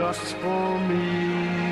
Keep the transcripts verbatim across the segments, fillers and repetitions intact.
just for me.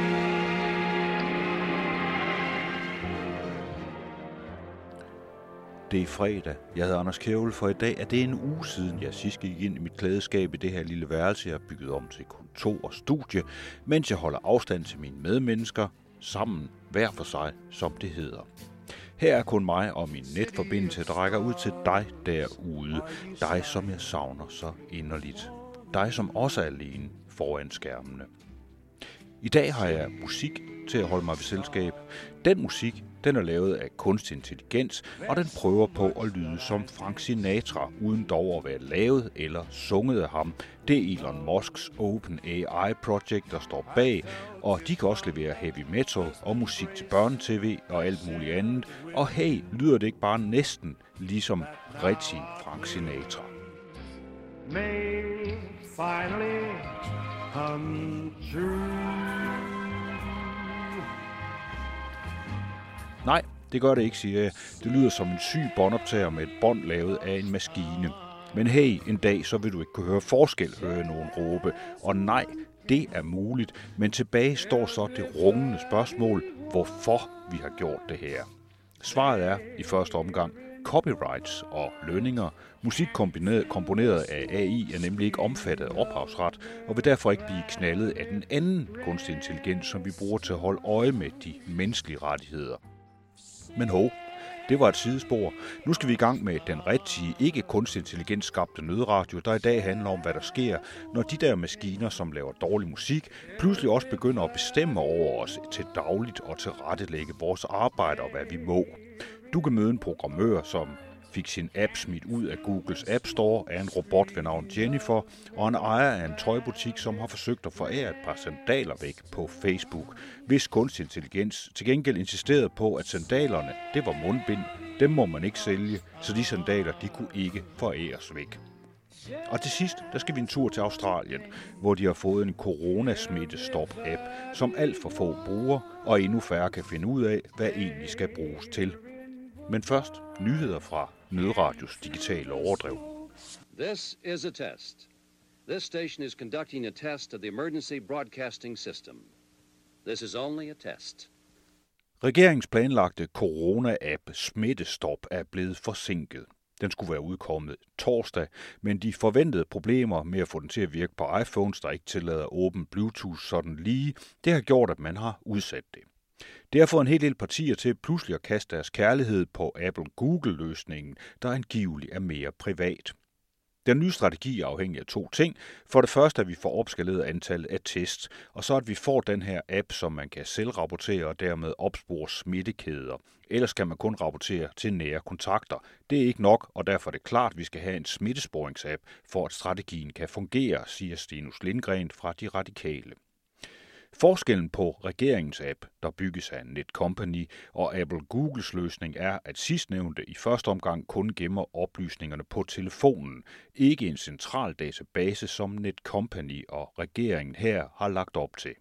Det er fredag. Jeg hedder Anders Kjævel, for i dag er det en uge siden, jeg sidst gik ind i mit klædeskab i det her lille værelse, jeg har bygget om til kontor og studie, mens jeg holder afstand til mine medmennesker, sammen hver for sig, som det hedder. Her er kun mig og min netforbindelse, der rækker ud til dig derude. Dig, som jeg savner så inderligt. Dig, som også er alene foran skærmene. I dag har jeg musik til at holde mig ved selskab. Den musik, den er lavet af kunstig intelligens, og den prøver på at lyde som Frank Sinatra, uden dog at være lavet eller sunget af ham. Det er Elon Musks Open A I Project, der står bag, og de kan også levere heavy metal og musik til børne-tv og alt muligt andet. Og hey, lyder det ikke bare næsten ligesom rigtig Frank Sinatra? May finally come true. Nej, det gør det ikke, siger jeg. Det lyder som en syg båndoptager med et bånd lavet af en maskine. Men hey, en dag så vil du ikke kunne høre forskel, høre nogen råbe. Og nej, det er muligt. Men tilbage står så det rungende spørgsmål, hvorfor vi har gjort det her. Svaret er i første omgang copyrights og lønninger. Musik komponeret af A I er nemlig ikke omfattet af ophavsret, og vil derfor ikke blive knaldet af den anden kunstig intelligens, som vi bruger til at holde øje med de menneskelige rettigheder. Men hov, det var et sidespor. Nu skal vi i gang med den rigtige, ikke kunstig intelligens skabte nødradio, der i dag handler om, hvad der sker, når de der maskiner, som laver dårlig musik, pludselig også begynder at bestemme over os til dagligt og tilrettelægge vores arbejde og hvad vi må. Du kan møde en programmør, som fik sin app smidt ud af Googles App Store af en robot ved navn Jennifer, og en ejer af en tøjbutik, som har forsøgt at forære et par sandaler væk på Facebook, hvis kunstig intelligens til gengæld insisterede på, at sandalerne, det var mundbind, dem må man ikke sælge, så de sandaler, de kunne ikke foræres væk. Og til sidst, der skal vi en tur til Australien, hvor de har fået en coronasmittestop-app, som alt for få bruger, og endnu færre kan finde ud af, hvad egentlig skal bruges til. Men først nyheder fra Nødradios digitale overdrev. This is a test. This station is conducting a test of the emergency broadcasting system. This is only a test. Regeringens planlagte corona-app Smittestop er blevet forsinket. Den skulle være udkommet torsdag, men de forventede problemer med at få den til at virke på iPhones, der ikke tillader åben Bluetooth sådan lige, det har gjort, at man har udsat det. Det har fået en hel del partier til pludselig at kaste deres kærlighed på Apple-Google-løsningen, der angiveligt er mere privat. Den nye strategi er afhængig af to ting. For det første, at vi får opskaleret antallet af tests, og så at vi får den her app, som man kan selv rapportere og dermed opspore smittekæder. Ellers kan man kun rapportere til nære kontakter. Det er ikke nok, og derfor er det klart, at vi skal have en smittesporingsapp, for at strategien kan fungere, siger Stinus Lindgren fra De Radikale. Forskellen på regeringens app, der bygges af Netcompany, og Apple-Googles løsning er, at sidstnævnte i første omgang kun gemmer oplysningerne på telefonen, ikke en central database, som Netcompany og regeringen her har lagt op til.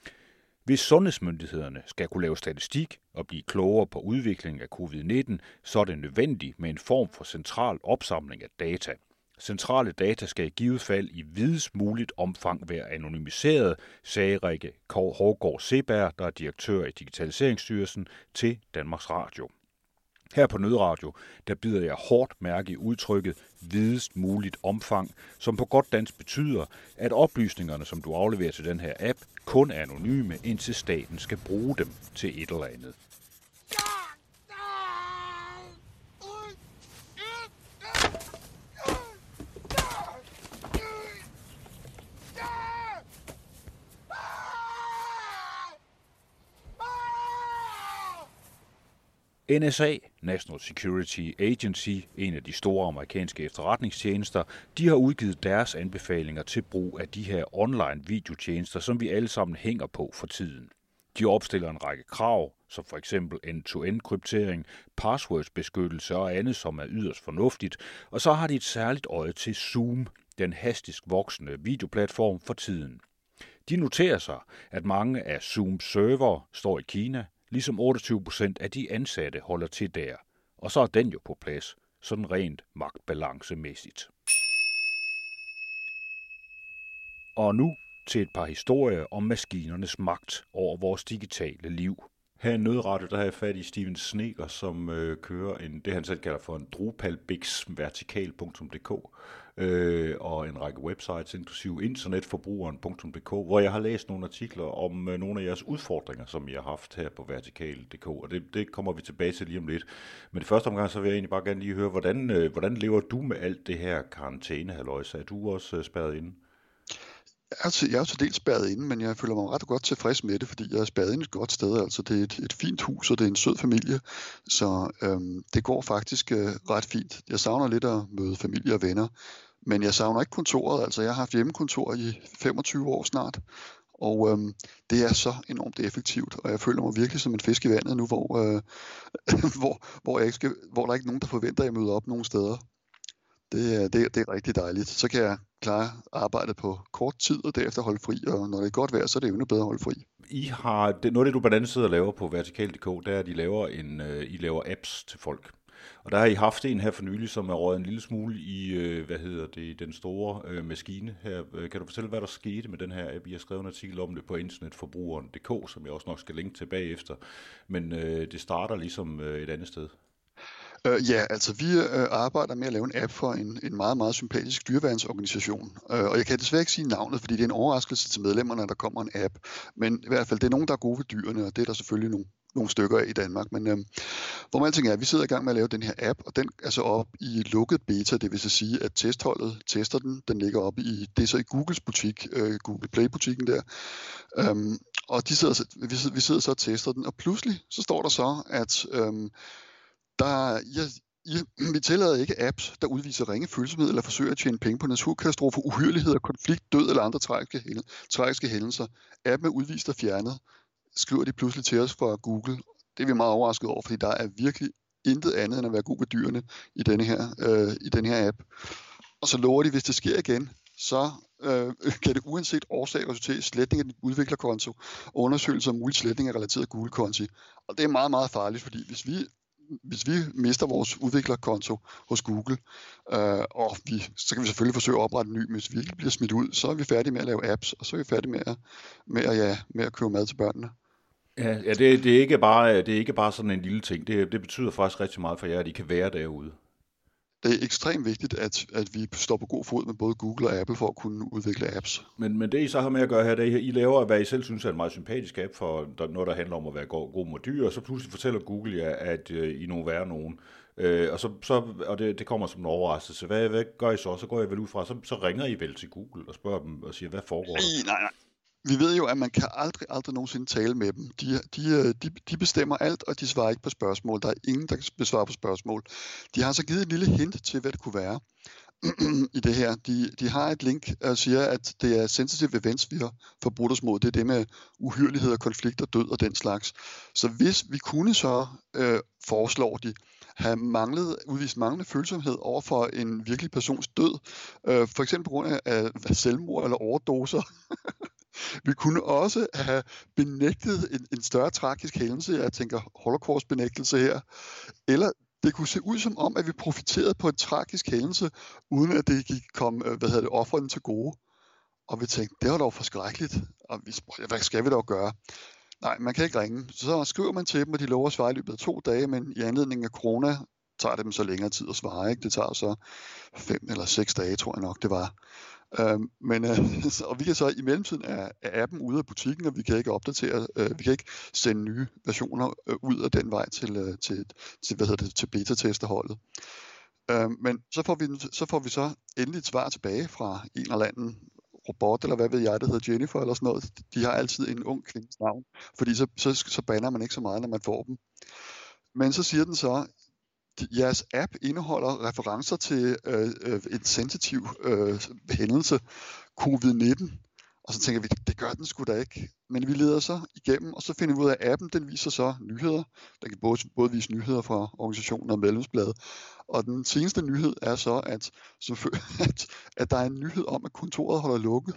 Hvis sundhedsmyndighederne skal kunne lave statistik og blive klogere på udviklingen af covid nitten, så er det nødvendigt med en form for central opsamling af data. Centrale data skal i givet fald i videst muligt omfang være anonymiseret, sagde Rikke Hovgaard Seberg, der er direktør i Digitaliseringsstyrelsen, til Danmarks Radio. Her på Nødradio, der bider jeg hårdt mærke i udtrykket videst muligt omfang, som på godt dansk betyder, at oplysningerne, som du afleverer til den her app, kun er anonyme, indtil staten skal bruge dem til et eller andet. N S A, National Security Agency, en af de store amerikanske efterretningstjenester, de har udgivet deres anbefalinger til brug af de her online videotjenester, som vi alle sammen hænger på for tiden. De opstiller en række krav, som for eksempel end-to-end kryptering, passwordsbeskyttelse og andet, som er yderst fornuftigt, og så har de et særligt øje til Zoom, den hastigst voksende videoplatform for tiden. De noterer sig, at mange af Zooms server står i Kina, ligesom otteogtyve procent af de ansatte holder til der. Og så er den jo på plads, sådan rent magtbalancemæssigt. Og nu til et par historier om maskinernes magt over vores digitale liv. Her i Nødradio, der har jeg fat i Steven Sneger, som øh, kører en, det han selv kalder for en Drupal-Bix vertikal punktum d k øh, og en række websites, inklusive internetforbrugeren punktum d k, hvor jeg har læst nogle artikler om øh, nogle af jeres udfordringer, som I har haft her på vertikal punktum d k, og det, det kommer vi tilbage til lige om lidt. Men det første omgang, så vil jeg egentlig bare gerne lige høre, hvordan, øh, hvordan lever du med alt det her karantæne-halløjsa? Er du også øh, spærret inde? Altså, jeg er jo til dels spærret inde, men jeg føler mig ret godt tilfreds med det, fordi jeg er spærret inde et godt sted. Altså, det er et, et fint hus, og det er en sød familie, så øhm, det går faktisk øh, ret fint. Jeg savner lidt at møde familie og venner, men jeg savner ikke kontoret. Altså, jeg har haft hjemmekontor i femogtyve år snart, og øhm, det er så enormt effektivt, og jeg føler mig virkelig som en fisk i vandet nu, hvor, øh, hvor, hvor, jeg ikke skal, hvor der er ikke nogen, der forventer, at jeg møder op nogen steder. Det, det, det er rigtig dejligt. Så kan jeg klare arbejdet på kort tid, og derefter holde fri, og når det er godt vejr, så er det endnu bedre at holde fri. I har, det, noget af det, du blandt andet sidder og laver på vertikal punktum d k, det er, at I laver, en, uh, I laver apps til folk. Og der har I haft en her for nylig, som er røget en lille smule i, uh, hvad hedder det, den store uh, maskine her. Kan du fortælle, hvad der skete med den her app? I har skrevet en artikel om det på internetforbrugeren punktum d k, som jeg også nok skal linke til bagefter. Men uh, det starter ligesom uh, et andet sted. Uh, ja, altså vi uh, arbejder med at lave en app for en, en meget, meget sympatisk dyreværnsorganisation. Uh, og jeg kan desværre ikke sige navnet, fordi det er en overraskelse til medlemmerne, at der kommer en app. Men i hvert fald, det er nogen, der er gode ved dyrene, og det er der selvfølgelig nogle, nogle stykker af i Danmark. Men uh, hvor man tænker, at vi sidder i gang med at lave den her app, og den er så op i lukket beta, det vil så sige, at testholdet tester den. Den ligger op i, det er så i Googles butik, uh, Google Play-butikken der. Um, og de sidder, vi, sidder, vi sidder så og tester den, og pludselig så står der så, at Um, Der, jeg, jeg, vi tillader ikke apps, der udviser ringe følsomhed eller forsøger at tjene penge på naturkatastrofer, uhyreligheder, konflikt, død eller andre tragiske, tragiske hændelser. Appen er udvist og fjernet, skriver de pludselig til os fra Google. Det er vi meget overrasket over, fordi der er virkelig intet andet end at være god ved dyrene i denne her, øh, i denne her app. Og så lover de, hvis det sker igen, så øh, kan det uanset årsag resultere i sletning af din udviklerkonto og undersøgelse af mulig sletning af relateret Google-konti. Og det er meget, meget farligt, fordi hvis vi Hvis vi mister vores udviklerkonto hos Google, øh, og vi, så kan vi selvfølgelig forsøge at oprette en ny, men hvis vi ikke bliver smidt ud, så er vi færdige med at lave apps, og så er vi færdige med at, med at, ja, med at købe mad til børnene. Ja, ja det, det, er ikke bare, det er ikke bare sådan en lille ting. Det, det betyder faktisk rigtig meget for jer, at I kan være derude. Det er ekstremt vigtigt, at, at vi står på god fod med både Google og Apple for at kunne udvikle apps. Men, men det I så har med at gøre her, det er, I laver, hvad I selv synes er en meget sympatisk app for noget, der handler om at være god mod dyr, og så pludselig fortæller Google jer, at uh, I er nogle værre nogen. Uh, og så, så, og det, det kommer som en overraskelse. Hvad, hvad gør I så? Så går I vel ud fra, så, så ringer I vel til Google og spørger dem og siger, hvad foregår der? Nej, nej. Vi ved jo, at man kan aldrig, aldrig nogensinde tale med dem. De, de, de, de bestemmer alt, og de svarer ikke på spørgsmål. Der er ingen, der kan besvare på spørgsmål. De har så givet et lille hint til, hvad det kunne være i det her. De, de har et link, der siger, at det er sensitive events, vi har forbrudt os mod. Det er det med uhyreligheder, konflikter, død og den slags. Så hvis vi kunne så, øh, foreslår de, have manglet, udvist manglende følsomhed over for en virkelig persons død, øh, for eksempel på grund af, af selvmord eller overdoser. Vi kunne også have benægtet en, en større tragisk hændelse, jeg tænker holocaust-benægtelse her, eller det kunne se ud som om, at vi profiterede på en tragisk hændelse, uden at det gik kom, hvad hedder det, offeren til gode. Og vi tænkte, det var dog forskrækkeligt, og vi, hvad skal vi dog gøre? Nej, man kan ikke ringe. Så skriver man til dem, og de lover at svare i løbet af to dage, men i anledning af corona tager det dem så længere tid at svare. Ikke? Det tager så fem eller seks dage, tror jeg nok, det var. Uh, men, uh, og vi kan så i mellemtiden af, af appen ude af butikken, og vi kan ikke opdatere, uh, vi kan ikke sende nye versioner uh, ud af den vej til, uh, til, til, hvad hedder det, til beta-testerholdet. Uh, men så får, vi, så får vi så endelig et svar tilbage fra en eller anden robot, eller hvad ved jeg, der hedder Jennifer eller sådan noget. De har altid en ung kvindes navn, fordi så, så, så banner man ikke så meget, når man får dem. Men så siger den så, jeres app indeholder referencer til øh, øh, en sensitiv øh, hændelse, covid nitten. Og så tænker vi, det gør den sgu da ikke. Men vi leder så igennem, og så finder vi ud af, at appen den viser så nyheder. Den kan både, både vise nyheder fra organisationen og medlemsbladet. Og den seneste nyhed er så, at, at, at der er en nyhed om, at kontoret holder lukket.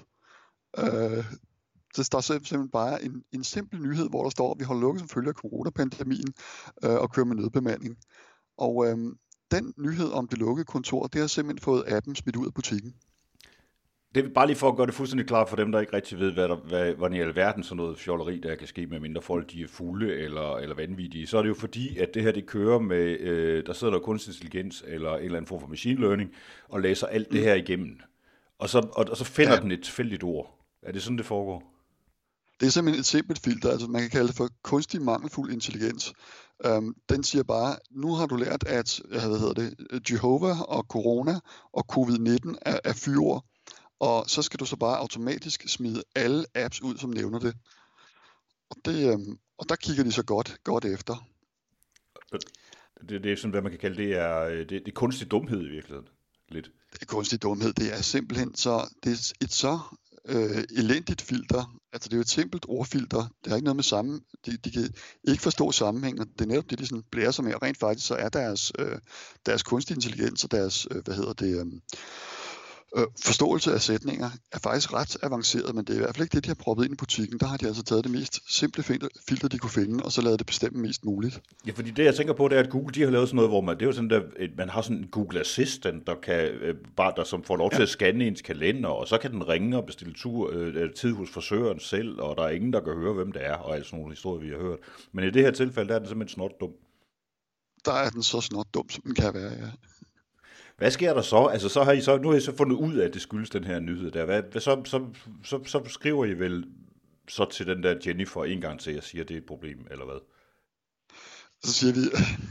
Øh, Så der er simpelthen bare en, en simpel nyhed, hvor der står, at vi holder lukket som følge af coronapandemien øh, og kører med nødbemanding. Og øh, den nyhed om det lukkede kontor, det har simpelthen fået appen smidt ud af butikken. Det er bare lige for at gøre det fuldstændig klart for dem, der ikke rigtig ved, hvad der, hvad, hvordan i alverden sådan noget fjolleri, der kan ske med mindre folk, de er fulde eller, eller vanvittige. Så er det jo fordi, at det her det kører med, øh, der sidder der kunstig intelligens eller en eller anden form for machine learning, og læser alt det her igennem. Og så, og, og så finder ja. den et tilfældigt ord. Er det sådan, det foregår? Det er simpelthen et simpelt filter, altså man kan kalde det for kunstig mangelfuld intelligens. Um, den siger bare, nu har du lært, at hvad hedder det, Jehovah og corona og covid nitten er, er fyreord, og så skal du så bare automatisk smide alle apps ud, som nævner det. Og, det, um, og der kigger de så godt, godt efter. Det, det er sådan, hvad man kan kalde det, er, det, det er kunstig dumhed i virkeligheden. Lidt. Det er kunstig dumhed, det er simpelthen så, det er et så øh, elendigt filter. Altså det er jo et simpelt ordfilter. Det har ikke noget med samme. De, de kan ikke forstå sammenhængen. Det er netop det, de sådan blærer sig med. Og rent faktisk så er deres, øh, deres kunstig intelligens og deres, øh, hvad hedder det, øh, øh, forståelse af sætninger er faktisk ret avanceret, men det er i hvert fald ikke det, de har proppet ind i butikken. Der har de altså taget det mest simple filter, de kunne finde, og så lavet det bestemme mest muligt. Ja, fordi det, jeg tænker på, det er, at Google, de har lavet sådan noget, hvor man, det er jo sådan, der, man har sådan en Google Assistant, der kan, øh, bare, der som får lov til ja. at scanne ens kalender, og så kan den ringe og bestille tur, øh, tid hos frisøren selv, og der er ingen, der kan høre, hvem det er, og altså sådan nogle historier, vi har hørt. Men i det her tilfælde, der er den simpelthen snot dum. Der er den så snot dum, som den kan være, ja. Hvad sker der så? Altså, så har I så, nu har I så fundet ud af, at det skyldes den her nyhed der. Hvad, hvad så, så, så, så skriver I vel så til den der Jennifer en gang til, og siger, at det er et problem, eller hvad? Så siger vi,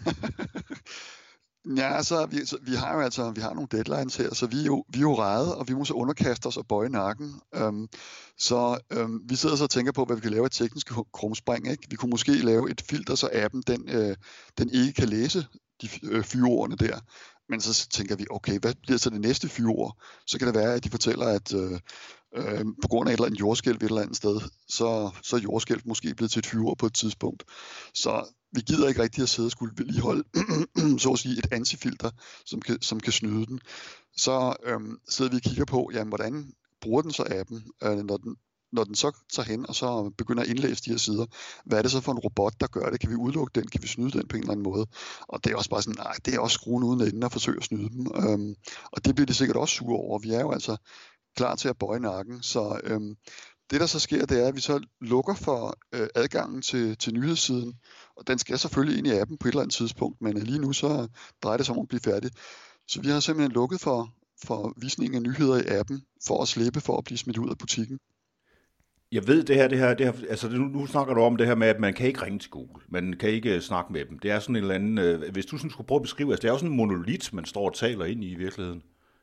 ja, så vi, så vi har jo altså, vi har nogle deadlines her, så vi er jo, vi er jo ræde, og vi må så underkaste os og bøje nakken. Um, så um, vi sidder så og tænker på, hvad vi kan lave et teknisk krumspring, ikke? Vi kunne måske lave et filter, så appen, den, øh, den ikke kan læse de øh, fyreordene der. Men så tænker vi, okay, hvad bliver så det næste fyreord? Så kan det være, at de fortæller, at øh, øh, på grund af et eller andet jordskælv et eller andet sted, så, så er jordskælv måske blevet til et fyreord på et tidspunkt. Så vi gider ikke rigtig at sidde og skulle vedligeholde, så at sige, et antifilter, som kan, som kan snyde den. Så øh, sidder vi og kigger på, jamen, hvordan bruger den så appen, øh, når den Når den så tager hen og så begynder at indlæse de her sider, hvad er det så for en robot, der gør det? Kan vi udelukke den? Kan vi snyde den på en eller anden måde? Og det er også bare sådan, nej, det er også skruen uden enden at forsøge at snyde dem. Øhm, og det bliver de sikkert også sure over. Vi er jo altså klar til at bøje nakken. Så øhm, det, der så sker, det er, at vi så lukker for øh, adgangen til, til nyhedssiden. Og den skal selvfølgelig ind i appen på et eller andet tidspunkt, men lige nu så drejer det sig om at blive færdig. Så vi har simpelthen lukket for, for visningen af nyheder i appen, for at slippe for at blive smidt ud af butikken. Jeg ved det her, det her, det her altså nu, nu snakker du om det her med, at man kan ikke ringe til Google, man kan ikke snakke med dem. Det er sådan en eller anden, øh, hvis du sådan skulle prøve at beskrive, altså det er jo sådan en monolit, man står og taler ind i i virkeligheden.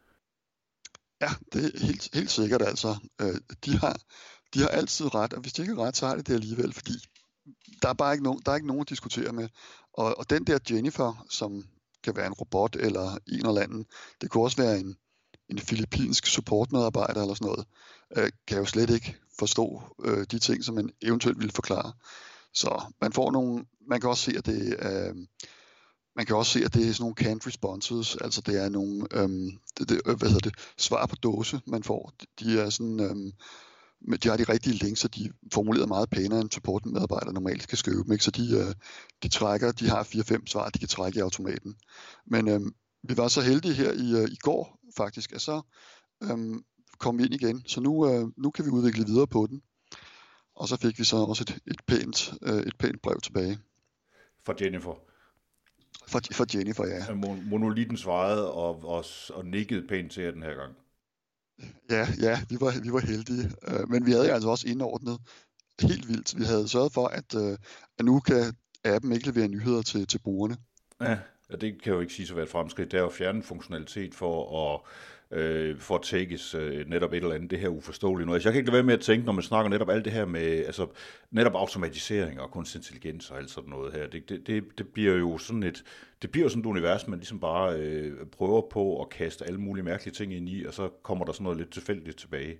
Ja, det er helt, helt sikkert altså. Øh, de, har, de har altid ret, og hvis de ikke har ret, så har de det alligevel, fordi der er bare ikke nogen, der er ikke nogen at diskutere med. Og, og den der Jennifer, som kan være en robot eller en eller anden, det kunne også være en, en filippinsk supportmedarbejder eller sådan noget, øh, kan jo slet ikke forstå øh, de ting, som man eventuelt ville forklare. Så man får nogle, man kan også se, at det øh, man kan også se, at det er sådan nogle canned responses, altså det er nogle øh, det, det, hvad hedder det, svar på dåse, man får. De er sådan, øh, de har de rigtige links, så de er formuleret meget pænere end supportmedarbejder normalt skal skrive dem, ikke? Så de, øh, de trækker, de har fire fem svar, de kan trække i automaten. Men øh, vi var så heldige her i, øh, i går faktisk, at så øh, kom vi ind igen, så nu, øh, nu kan vi udvikle videre på den. Og så fik vi så også et, et, pænt, øh, et pænt brev tilbage. Fra Jennifer. For, for Jennifer, ja. Monolitten svarede og, og, og nikkede pænt til den her gang. Ja, ja, vi var, vi var heldige. Øh, men vi havde altså også indordnet helt vildt. Vi havde sørget for, at, øh, at nu kan appen ikke levere nyheder til, til brugerne. Ja, det kan jo ikke sige så være et fremskridt. Det er jo at fjerne funktionalitet for at øh, for at tækkes øh, netop et eller andet, det her uforståelige noget. Altså, jeg kan ikke lade være med at tænke, når man snakker netop alt det her med, altså netop automatisering og kunstig intelligens og alt sådan noget her, det, det, det, det bliver jo sådan et, det bliver jo sådan et univers, man ligesom bare øh, prøver på at kaste alle mulige mærkelige ting ind i, og så kommer der sådan noget lidt tilfældigt tilbage.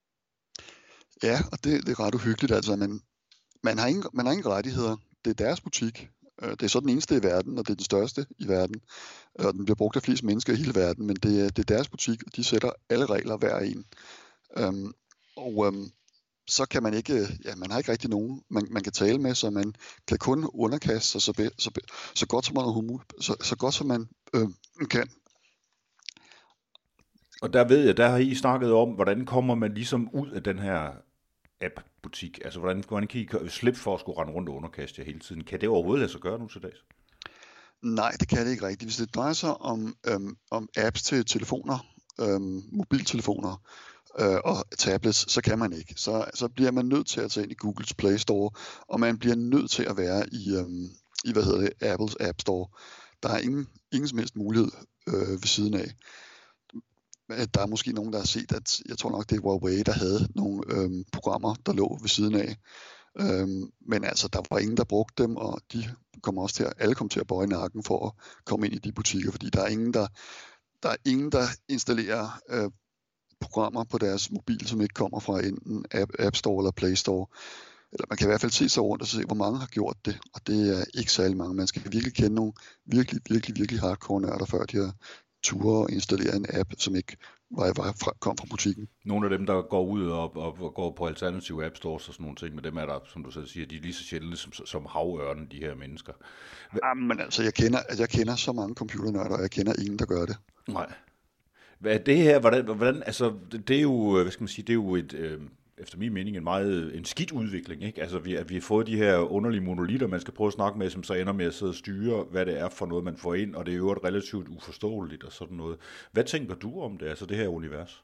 Ja, og det, det er ret uhyggeligt, altså, man, man, har ingen, man har ingen rettigheder. Det er deres butik. Det er så den eneste i verden, og det er den største i verden. Og den bliver brugt af flest mennesker i hele verden, men det er, det er deres butik, og de sætter alle regler hver en. Um, og um, så kan man ikke, ja, man har ikke rigtig nogen, man, man kan tale med, så man kan kun underkaste sig så, be, så, be, så godt som man, så, så godt som man øh, kan. Og der ved jeg, der har I snakket om, hvordan kommer man ligesom ud af den her app-butik? Altså, hvordan, hvordan kan I slippe for at skulle rende rundt og underkaste jer hele tiden? Kan det overhovedet lade sig gøre nu til dags? Nej, det kan det ikke rigtigt. Hvis det drejer sig om, øhm, om apps til telefoner, øhm, mobiltelefoner øh, og tablets, så kan man ikke. Så, så bliver man nødt til at tage ind i Googles Play Store, og man bliver nødt til at være i, øhm, i hvad hedder det, Apples App Store. Der er ingen, ingen som helst mulighed øh, ved siden af. Der er måske nogen, der har set, at jeg tror nok, det er Huawei, der havde nogle øhm, programmer, der lå ved siden af. Øhm, men altså, der var ingen, der brugte dem, og de kommer også til at, alle kom til at bøje nakken for at komme ind i de butikker, fordi der er ingen, der, der, er ingen, der installerer øh, programmer på deres mobil, som ikke kommer fra enten App, App Store eller Play Store. Eller man kan i hvert fald se sig rundt og se, hvor mange har gjort det, og det er ikke særlig mange. Man skal virkelig kende nogle virkelig, virkelig, virkelig hardcore nørder, før de har ture og installere en app, som ikke var, var fra, kom fra butikken. Nogle af dem, der går ud og, og, og går på alternative app stores og sådan nogle ting, men dem er der, som du selv siger, de er lige så sjældne som, som havørnen, de her mennesker. Jamen altså, jeg kender, jeg kender så mange computernørder, og jeg kender ingen, der gør det. Nej. Hvad er det her, hvordan, hvordan altså, det, det er jo, hvad skal man sige, det er jo et, øh, efter min mening, en meget en skidt udvikling, ikke? Altså, vi, at vi har fået de her underlige monolitter, man skal prøve at snakke med, som så ender med at sidde og styre, hvad det er for noget, man får ind, og det er jo et relativt uforståeligt og sådan noget. Hvad tænker du om det, altså det her univers?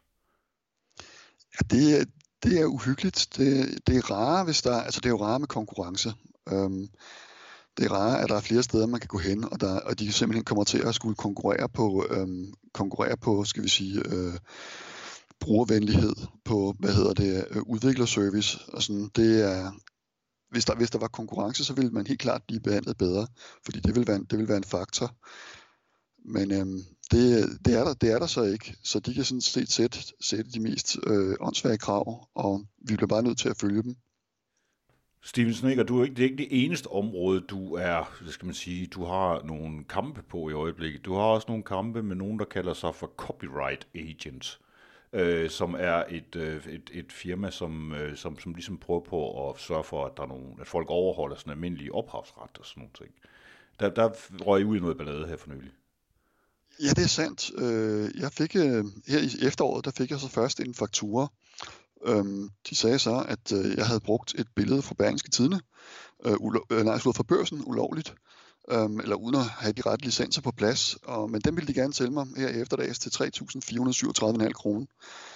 Ja, det, det er uhyggeligt. Det, det er rare, hvis der, altså det er jo rare med konkurrence. Um, det er rare, at der er flere steder, man kan gå hen, og, der, og de simpelthen kommer til at skulle konkurrere på, um, konkurrere på, skal vi sige, uh, brugervenlighed, på, hvad hedder det, udviklerservice, og sådan. Det er, hvis der, hvis der var konkurrence, så ville man helt klart blive behandlet bedre, fordi det vil være en, det vil være en faktor. Men øhm, det, det, er der, det er der så ikke, så de kan sådan set sætte, sætte de mest øh, åndssvage krav, og vi bliver bare nødt til at følge dem. Steven Snedker, du er ikke, det er ikke det eneste område, du er, hvad skal man sige, du har nogle kampe på i øjeblikket. Du har også nogle kampe med nogen, der kalder sig for copyright agents. Øh, som er et, øh, et, et firma, som, øh, som, som ligesom prøver på at sørge for, at, der er nogle, at folk overholder sådan almindelige ophavsret og sådan nogle ting. Der, der røg I ud i noget ballade her for nylig. Ja, det er sandt. Jeg fik, her i efteråret, der fik jeg så først en faktura. De sagde så, at jeg havde brugt et billede fra Berlingske Tidende, nej, slået fra Børsen ulovligt, eller uden at have de rette licenser på plads. Og, men dem ville de gerne sælge mig her i efterdags til tre tusind fire hundrede syvogtredive komma fem kroner.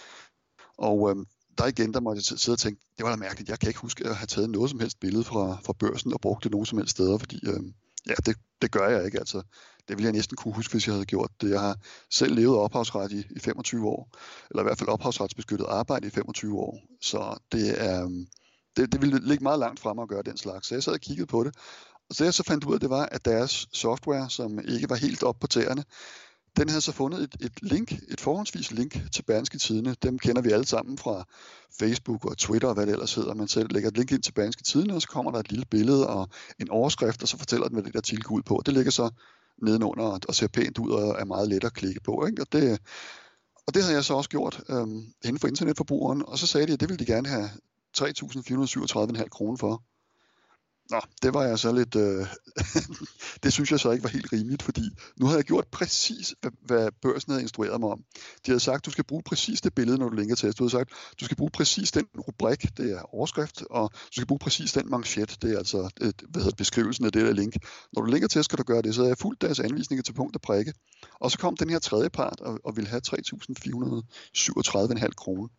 Og øhm, der igen, der måtte jeg sidde og tænke, det var da mærkeligt, jeg kan ikke huske at have taget noget som helst billede fra, fra Børsen og brugt det nogen som helst steder, fordi øhm, ja, det, det gør jeg ikke. Altså, det ville jeg næsten kunne huske, hvis jeg havde gjort det. Jeg har selv levet ophavsret i, i femogtyve år, eller i hvert fald ophavsretsbeskyttet arbejde i femogtyve år. Så det, er, det, det ville ligge meget langt frem at gøre den slags. Så jeg sad og kiggede på det, og så jeg så fandt ud af, det var, at deres software, som ikke var helt op på tæerne, den havde så fundet et, et link, et forhåndsvis link til Berlingske Tidende. Dem kender vi alle sammen fra Facebook og Twitter og hvad det ellers hedder. Man selv lægger et link ind til Berlingske Tidende, og så kommer der et lille billede og en overskrift, og så fortæller den, hvad det der artikel går ud på. Det ligger så nedenunder og ser pænt ud og er meget let at klikke på. Ikke? Og, det, og det havde jeg så også gjort øhm, inden for internetforbrugeren, og så sagde de, at det ville de gerne have tre tusind fire hundrede syvogtredive komma fem kroner for. Nå, det var jeg så lidt, øh, det synes jeg så ikke var helt rimeligt, fordi nu havde jeg gjort præcis, hvad, hvad Børsen havde instrueret mig om. De havde sagt, du skal bruge præcis det billede, når du linker til. Du havde sagt, du skal bruge præcis den rubrik, det er overskrift, og du skal bruge præcis den manchet, det er altså et, hvad hedder, beskrivelsen af det der link. Når du linker til, skal du gøre det, så havde jeg fulgt deres anvisninger til punkt og prikke. Og så kom den her tredje part og, og ville have tre tusind fire hundrede syvogtredive komma fem kroner.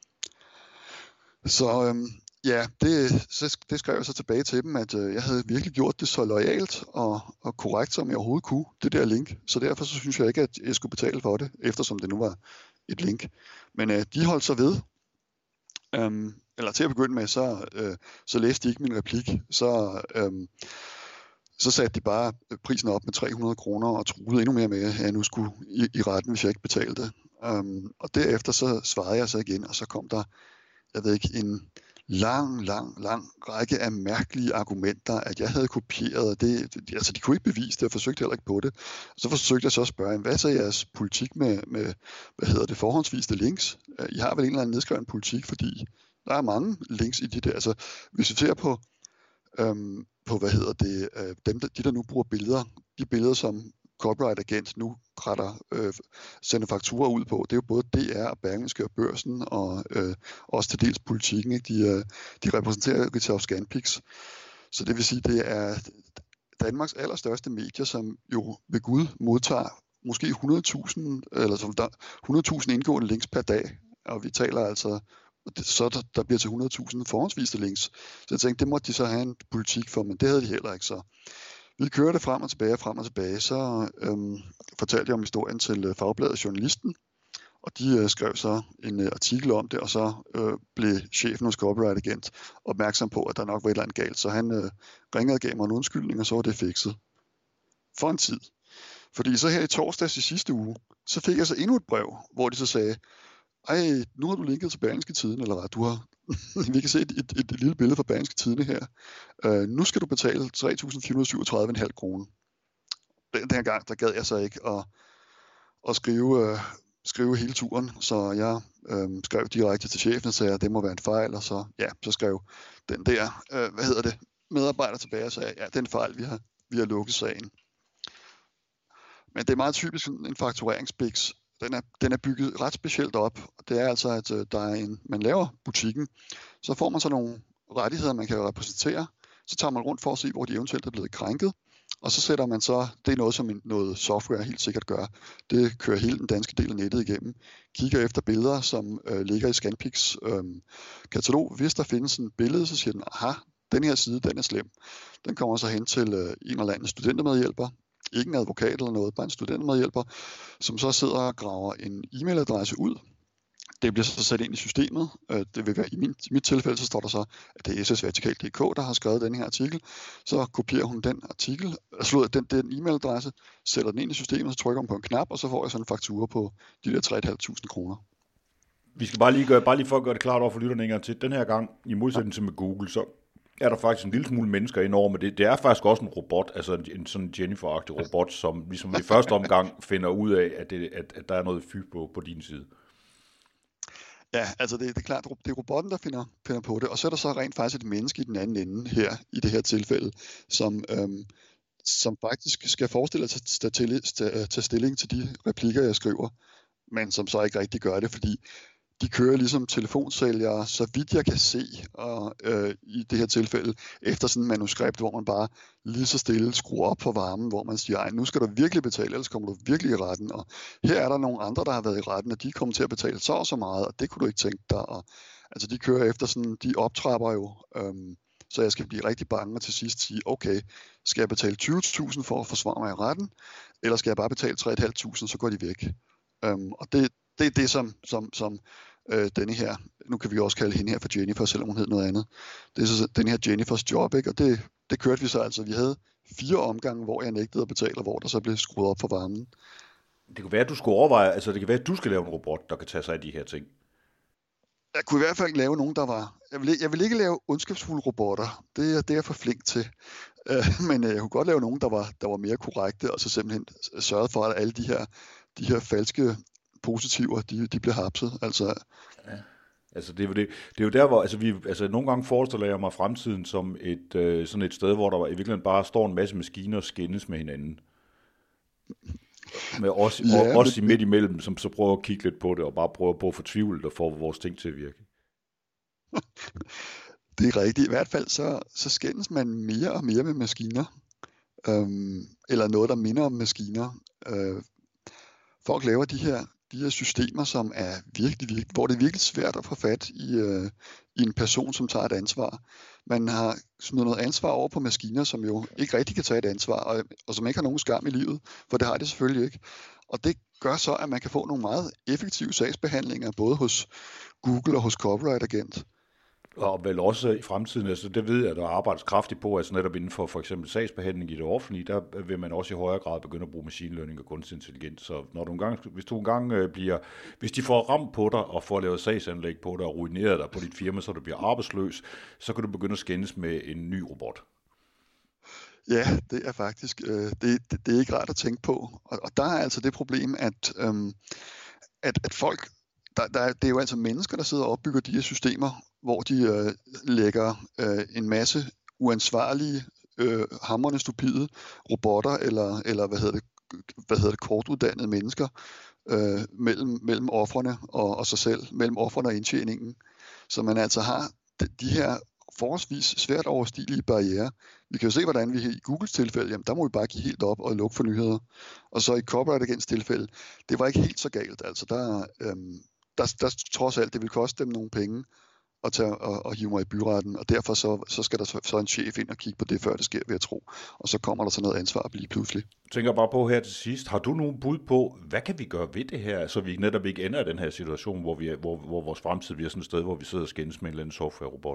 Så øhm, ja, det, så, det skrev jeg så tilbage til dem, at øh, jeg havde virkelig gjort det så loyalt og, og korrekt, som jeg overhovedet kunne, det der link. Så derfor så synes jeg ikke, at jeg skulle betale for det, eftersom det nu var et link. Men øh, de holdt sig ved. Øhm, eller til at begynde med, så, øh, så læste de ikke min replik. Så, øh, så satte de bare prisen op med tre hundrede kroner og truede endnu mere med, at jeg nu skulle i, i retten, hvis jeg ikke betalte. Øhm, og derefter så svarede jeg så igen, og så kom der, jeg ved ikke, en lang, lang, lang række af mærkelige argumenter, at jeg havde kopieret det. Altså, de kunne ikke bevise det, og forsøgte heller ikke på det. Så forsøgte jeg så at spørge, hvad så er jeres politik med, med, hvad hedder det, forhåndsviste links? I har vel en eller anden nedskrevet politik, fordi der er mange links i de der. Altså, hvis vi ser på, øhm, på hvad hedder det, øh, dem, der, de der nu bruger billeder, de billeder, som copyright-agent nu retter, øh, sender fakturer ud på. Det er jo både D R og Berlingske og Børsen og øh, også til dels Politikken. Ikke? De, øh, de repræsenterer Ritzaus Scanpix. Så det vil sige, det er Danmarks allerstørste medier, som jo ved Gud modtager måske hundrede tusind eller så der, hundrede tusind indgående links per dag. Og vi taler altså, så der, der bliver til hundrede tusind forhåndsviste links. Så jeg tænkte, det måtte de så have en politik for, men det havde de heller ikke. Så vi kørte frem og tilbage, frem og tilbage. Så øhm, fortalte jeg om historien til øh, Fagbladet Journalisten, og de øh, skrev så en øh, artikel om det, og så øh, blev chefen hos Copyright Agent opmærksom på, at der nok var et eller andet galt. Så han øh, ringede og gav mig en undskyldning, og så var det fikset. For en tid. Fordi så her i torsdags i sidste uge, så fik jeg så endnu et brev, hvor de så sagde, ej, nu har du linket til Berlingske Tidende, eller hvad? Du har, vi kan se et, et, et, et lille billede fra Berlingske Tidende her. Uh, nu skal du betale tre tusind fire hundrede syvogtredive komma fem kroner. Den, den her gang, der gad jeg så ikke at, at skrive, uh, skrive hele turen, så jeg uh, skrev direkte til chefen og sagde, at det må være en fejl, og så, ja, så skrev den der, uh, hvad hedder det, medarbejder tilbage og sagde, ja, det er en fejl, vi har, vi har lukket sagen. Men det er meget typisk en faktureringsbiks. Den er, den er bygget ret specielt op. Det er altså, at der er en, man laver butikken, så får man så nogle rettigheder, man kan repræsentere. Så tager man rundt for at se, hvor de eventuelt er blevet krænket. Og så sætter man så, det er noget, som noget software helt sikkert gør. Det kører hele den danske del af nettet igennem. Kigger efter billeder, som øh, ligger i Scanpix øh, katalog. Hvis der findes en billede, så siger den, aha, den her side, den er slem. Den kommer så hen til øh, en eller anden studentermedhjælper. Ikke en advokat eller noget, bare en studentermedhjælper, som så sidder og graver en e-mailadresse ud. Det bliver så sat ind i systemet. Det vil være, i, min, i mit tilfælde, så står der så, at det er S S Vertikal punktum d k, der har skrevet den her artikel. Så kopierer hun den artikel, slår den, den e-mailadresse, sætter den ind i systemet, så trykker hun på en knap, og så får jeg sådan en faktura på de der tre tusind fem hundrede kroner. Vi skal bare lige, gøre, bare lige for at gøre det klart over for lytterne en gang til. Den her gang, i modsætning til med Google, så er der faktisk en lille smule mennesker indover, men det, det er faktisk også en robot, altså en, en sådan Jennifer-agtig robot, som ligesom i første omgang finder ud af, at, det, at, at der er noget fy på, på din side. Ja, altså det, det er klart, det er robotten, der finder, finder på det, og så er der så rent faktisk et menneske i den anden ende her, i det her tilfælde, som, øhm, som faktisk skal forestille sig at tage, tage, tage stilling til de replikker, jeg skriver, men som så ikke rigtig gør det, fordi de kører ligesom telefonsælgere, så vidt jeg kan se, og øh, i det her tilfælde, efter sådan et manuskript, hvor man bare lige så stille skruer op for varmen, hvor man siger, ej, nu skal du virkelig betale, ellers kommer du virkelig i retten, og her er der nogle andre, der har været i retten, og de kommer til at betale så og så meget, og det kunne du ikke tænke dig, og altså de kører efter sådan, de optrapper jo, øhm, så jeg skal blive rigtig bange og til sidst sige, okay, skal jeg betale tyve tusind for at forsvare mig i retten, eller skal jeg bare betale tre tusind fem hundrede, så går de væk. Øhm, og det, det er det, som, som, som Øh, denne her, nu kan vi også kalde hende her for Jennifer, selvom hun hed noget andet. Det er så den her Jennifers job, ikke? Og det, det kørte vi så altså. Vi havde fire omgange, hvor jeg nægtede at betale, og hvor der så blev skruet op for varmen. Det kunne være, at du skulle overveje, altså det kan være, at du skal lave en robot, der kan tage sig af de her ting. Jeg kunne i hvert fald lave nogen, der var... Jeg vil, jeg vil ikke lave ondskabsfulde robotter. Det, det er jeg for flink til. Øh, men jeg kunne godt lave nogen, der var, der var mere korrekte, og så simpelthen sørge for, at alle de her, de her falske positiver, de, de bliver hapset. Altså, ja. Altså det er jo det, det er jo der, hvor altså vi altså nogle gange forestiller jeg mig fremtiden som et øh, sådan et sted, hvor der i virkeligheden bare står en masse maskiner og skændes med hinanden. Med os, ja, og, os men... midt imellem, som så prøver at kigge lidt på det og bare prøver på at fortvivle og få vores ting til at virke. Det er rigtigt. I hvert fald så, så skændes man mere og mere med maskiner. Øhm, eller noget, der minder om maskiner. Øh, folk laver de her de her systemer, som er virkelig, virkelig, hvor det er virkelig svært at få fat i, øh, i en person, som tager et ansvar. Man har smidt noget ansvar over på maskiner, som jo ikke rigtig kan tage et ansvar, og, og som ikke har nogen skam i livet, for det har det selvfølgelig ikke. Og det gør så, at man kan få nogle meget effektive sagsbehandlinger, både hos Google og hos Copyright Agent. Og vel også i fremtiden, altså det ved jeg, at der arbejdes kraftigt på, altså netop inden for for eksempel sagsbehandling i det offentlige, der vil man også i højere grad begynde at bruge machine learning og kunstig intelligens. Så når du engang, hvis du engang bliver, hvis de får ramt på dig og får lavet sagsanlæg på dig og ruineret dig på dit firma, så du bliver arbejdsløs, så kan du begynde at skændes med en ny robot. Ja, det er faktisk, øh, det, det, det er ikke rart at tænke på. Og, og der er altså det problem, at, øhm, at, at folk, der, der, det er jo altså mennesker, der sidder og opbygger de her systemer, hvor de øh, lægger øh, en masse uansvarlige, øh, hamrende stupide robotter eller, eller hvad hedder det, hvad hedder det, kortuddannede mennesker øh, mellem, mellem ofrene og, og sig selv, mellem ofrene og indtjeningen. Så man altså har de, de her forholdsvis svært overstigelige barrierer. Vi kan jo se, hvordan vi i Googles tilfælde, jamen der må vi bare give helt op og lukke for nyheder. Og så i Copyright Against tilfælde, det var ikke helt så galt. Altså der, øhm, der, der trods alt, det vil koste dem nogle penge at tage og, og hive mig i byretten, og derfor så, så skal der så, så en chef ind og kigge på det, før det sker, ved at tro. Og så kommer der så noget ansvar lige pludselig. Jeg tænker bare på her til sidst, har du nogen bud på, hvad kan vi gøre ved det her, så vi netop ikke ender i den her situation, hvor, vi er, hvor, hvor vores fremtid bliver sådan et sted, hvor vi sidder og skændes med en eller anden software-robot?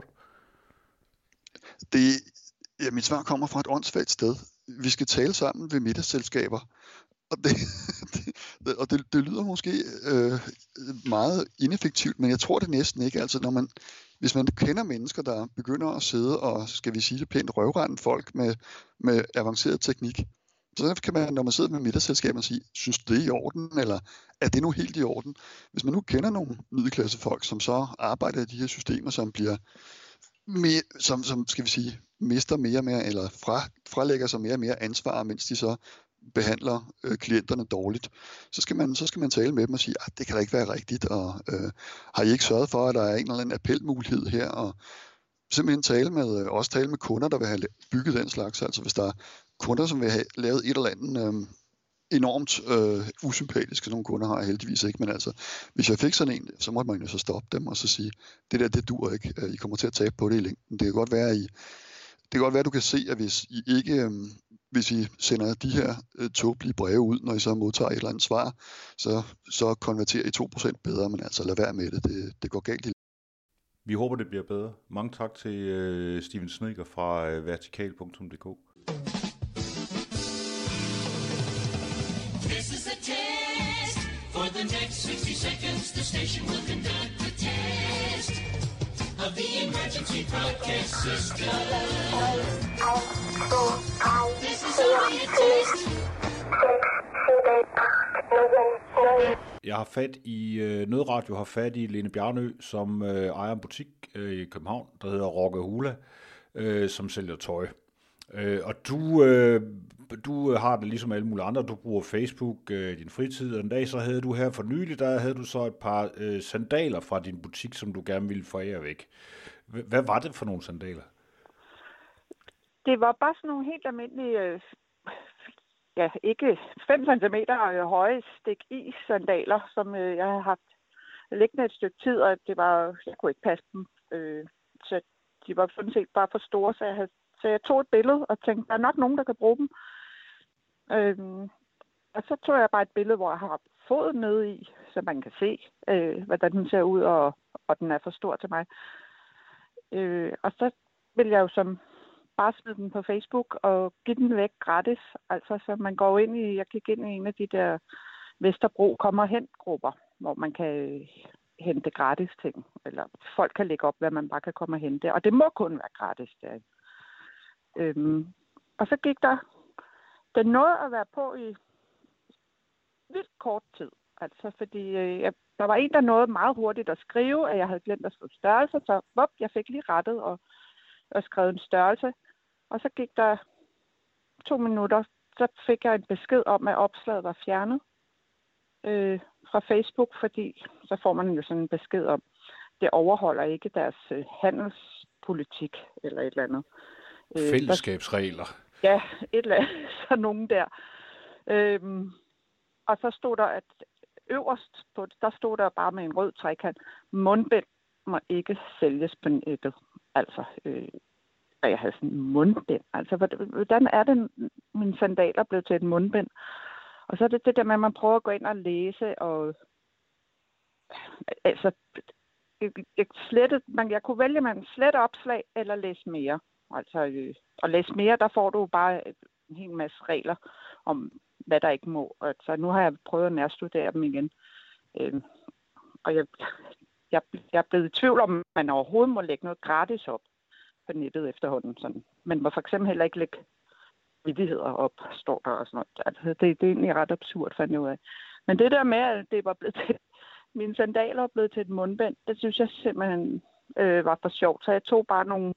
Det, ja, mit svar kommer fra et åndssvagt sted. Vi skal tale sammen ved middagsselskaber. Og det, det, og det, det lyder måske øh, meget ineffektivt, men jeg tror det næsten ikke. Altså, når man, hvis man kender mennesker, der begynder at sidde og, skal vi sige det pænt, røvrende folk med, med avanceret teknik, så kan man, når man sidder med middagsselskaber, sige, synes du det er i orden, eller er det nu helt i orden? Hvis man nu kender nogle middelklassefolk, som så arbejder i de her systemer, som bliver mere, som, som skal vi sige, mister mere og mere, eller fra, fralægger sig mere og mere ansvar, mens de så behandler øh, klienterne dårligt, så skal man så skal man tale med dem og sige, at det kan da ikke være rigtigt, og øh, har I ikke sørget for, at der er en eller anden appelmulighed her, og simpelthen tale med, øh, også tale med kunder, der vil have bygget den slags, altså hvis der er kunder, som vil have lavet et eller andet øh, enormt øh, usympatisk, nogle kunder har jeg heldigvis ikke, men altså, hvis jeg fik sådan en, så måtte man jo så stoppe dem og så sige, det der, det dur ikke, I kommer til at tabe på det i længden. Det kan godt være, I, det kan godt være, du kan se, at hvis I ikke, øh, hvis I sender de her øh, tåbelige breve ud, når I så modtager et eller andet svar, så, så konverterer I to procent bedre, men altså lad være med det, det, det går galt i. Vi håber, det bliver bedre. Mange tak til øh, Steven Snedker fra øh, vertikal punktum d k. This is a test. For the next sixty seconds, the station will conduct a test of the emergency broadcast system. This is only a test. Jeg har fat i, øh, Nødradio har fat i Lene Bjarnø, som øh, ejer en butik øh, i København, der hedder Rokke Hula, øh, som sælger tøj. Øh, og du, øh, du har det ligesom alle mulige andre, du bruger Facebook øh, i din fritid, og en dag så havde du her for nylig, der havde du så et par øh, sandaler fra din butik, som du gerne ville forære væk. Hvad var det for nogle sandaler? Det var bare sådan nogle helt almindelige, øh, ja, ikke fem centimeter høje stik-is-sandaler, som øh, jeg havde haft liggende et stykke tid, og det var, jeg kunne ikke passe dem. Øh, så de var sådan set bare for store, så jeg, havde, så jeg tog et billede og tænkte, der er nok nogen, der kan bruge dem. Øh, og så tog jeg bare et billede, hvor jeg har foden nede i, så man kan se, øh, hvordan den ser ud, og, og den er for stor til mig. Øh, og så vil jeg jo som bare smide den på Facebook og give den væk gratis. Altså, så man går ind i, jeg gik ind i en af de der Vesterbro kommer hen grupper, hvor man kan hente gratis ting. Eller folk kan lægge op, hvad man bare kan komme og hente. Og det må kun være gratis. Der. Øhm, og så gik der, den nåede at være på i vildt kort tid. Altså, fordi øh, jeg, der var en, der nåede meget hurtigt at skrive, at jeg havde glemt at skrive størrelse. Så wop, jeg fik lige rettet og, og skrevet en størrelse. Og så gik der to minutter, så fik jeg en besked om, at opslaget var fjernet øh, fra Facebook, fordi så får man jo sådan en besked om, det overholder ikke deres øh, handelspolitik eller et eller andet. Øh, Fællesskabsregler. Der, ja, et eller andet, så nogen der. Øhm, og så stod der, at øverst på, der stod der bare med en rød trekant, mundbind må ikke sælges på nettet. Altså, øh, og jeg havde sådan en mundbind. Altså, hvordan er det, mine sandaler blev til et mundbind? Og så er det det der med, at man prøver at gå ind og læse, og altså, jeg, jeg, slettede, man, jeg kunne vælge mellem slet opslag eller læse mere. Altså, øh, og læse mere, der får du bare en hel masse regler om, hvad der ikke må. Altså, nu har jeg prøvet at nærstudere dem igen. Øh, og jeg, jeg, jeg er blevet i tvivl om, man overhovedet må lægge noget gratis op på nettet efterhånden. Sådan. Men må for eksempel heller ikke lægge vittigheder op, står der og sådan noget. Altså, det, det er egentlig ret absurd, fandt jeg ud af. Men det der med, at det var blevet til, mine sandaler var blevet til et mundbind, det synes jeg simpelthen øh, var for sjovt. Så jeg tog bare nogle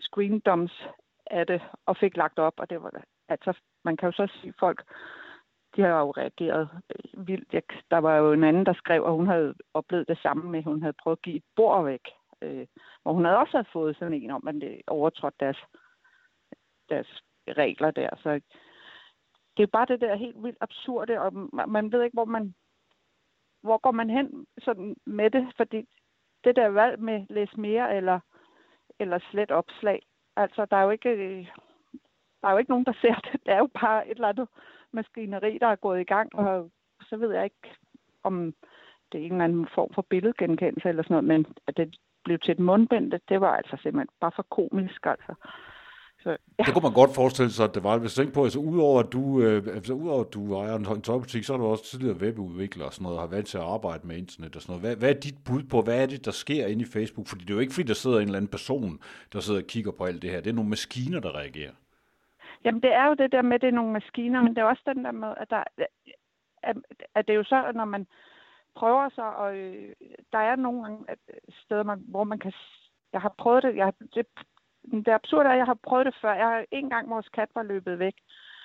screendumps af det og fik lagt op, og det var, altså, man kan jo så sige, folk, de har jo reageret vildt. Jeg, der var jo en anden, der skrev, at hun havde oplevet det samme med, at hun havde prøvet at give et bord væk. Øh, hvor hun havde også havde fået sådan en om, at det overtrådte deres, deres regler der. Så det er bare det der helt vildt absurde, og man ved ikke, hvor man hvor går man hen sådan med det, fordi det der valg med læs mere eller, eller slet opslag, altså der er jo ikke der er jo ikke nogen, der ser det. Det er jo bare et eller andet maskineri, der er gået i gang, og så ved jeg ikke, om det er en eller anden form for billedgenkendelse eller sådan noget, men at det blev til et mundbind, det, det var altså simpelthen bare for komisk, altså. Så, ja. Det kunne man godt forestille sig, at det var. Hvis du tænker på, altså udover at du, øh, altså, udover at du ejer en tøjbutik, så er du også tidligere webudvikler og sådan noget, og har været til at arbejde med internet og sådan noget. Hvad, hvad er dit bud på, hvad er det, der sker inde i Facebook? Fordi det er jo ikke, fordi der sidder en eller anden person, der sidder og kigger på alt det her. Det er nogle maskiner, der reagerer. Jamen, det er jo det der med, det er nogle maskiner, men det er også den der med, at, der, at, at det er jo så, når man prøver sig, og øh, der er nogle gange steder, man, hvor man kan... Jeg har prøvet det, jeg, det, det absurde er, at jeg har prøvet det før. Jeg har en gang, vores kat var løbet væk.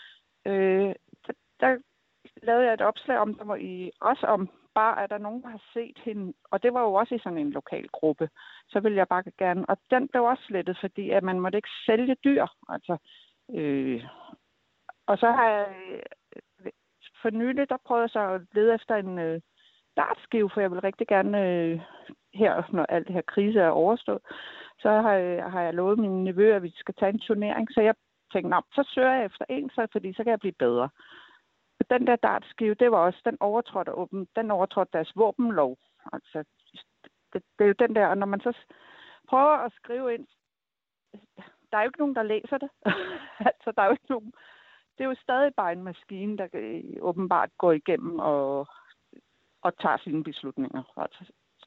Øh, der, der lavede jeg et opslag om, der var i, også om bare, at der er nogen, der har set hende, og det var jo også i sådan en lokal gruppe. Så ville jeg bare gerne, og den blev også slettet, fordi at man måtte ikke sælge dyr, altså. Øh, og så har jeg øh, for nylig, der prøvede jeg så at lede efter en øh, dartskive, for jeg vil rigtig gerne øh, her, når alt det her krise er overstået, så har jeg, har jeg lovet mine nevøer, at vi skal tage en turnering, så jeg tænkte, nå, så søger jeg efter en, så, fordi så kan jeg blive bedre. Den der dartskive, det var også, den overtrådte, åben, den overtrådte deres våbenlov. Altså, det, det er jo den der, og når man så prøver at skrive ind, der er jo ikke nogen, der læser det. altså, der er jo ikke nogen... Det er jo stadig bare en maskine, der åbenbart går igennem og, og tager sine beslutninger. Altså,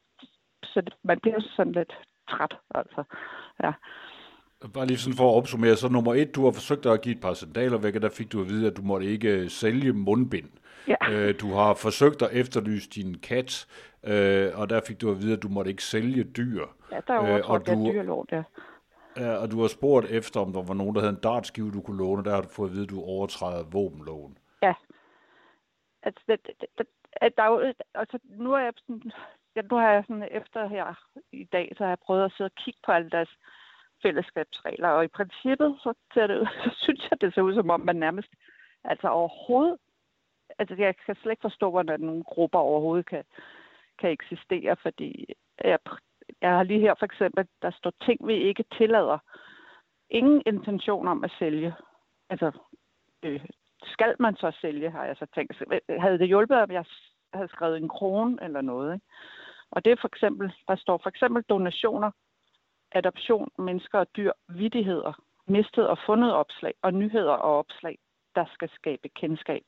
så det, man bliver sådan lidt træt, altså. Ja. Bare lige sådan for at opsummere, så nummer et, du har forsøgt at give et par sandaler væk, og der fik du at vide, at du måtte ikke sælge mundbind. Ja. Øh, du har forsøgt at efterlyse din kat, øh, og der fik du at vide, at du måtte ikke sælge dyr. Ja, der er overtrådt øh, det dyrlov, der. Ja, og du har spurgt efter, om der var nogen, der havde en dartskive, du kunne låne, der har du fået at vide, at du overtræder våbenloven. Ja. Altså, det, det, det, der er jo, altså nu er jeg sådan, ja, nu har jeg sådan efter her i dag, så har jeg prøvet at sidde og kigge på alle deres fællesskabsregler, og i princippet, så, ser det, så synes jeg, det ser ud som om, man nærmest, altså overhovedet, altså jeg kan slet ikke forstå, hvordan nogle grupper overhovedet kan, kan eksistere, fordi jeg Jeg har lige her for eksempel, der står ting, vi ikke tillader. Ingen intention om at sælge. Altså, øh, skal man så sælge, har jeg så tænkt. Havde det hjulpet, om jeg havde skrevet en krone eller noget? Ikke? Og det er for eksempel, der står for eksempel donationer, adoption, mennesker og dyr, vittigheder, mistet og fundet opslag, og nyheder og opslag, der skal skabe kendskab.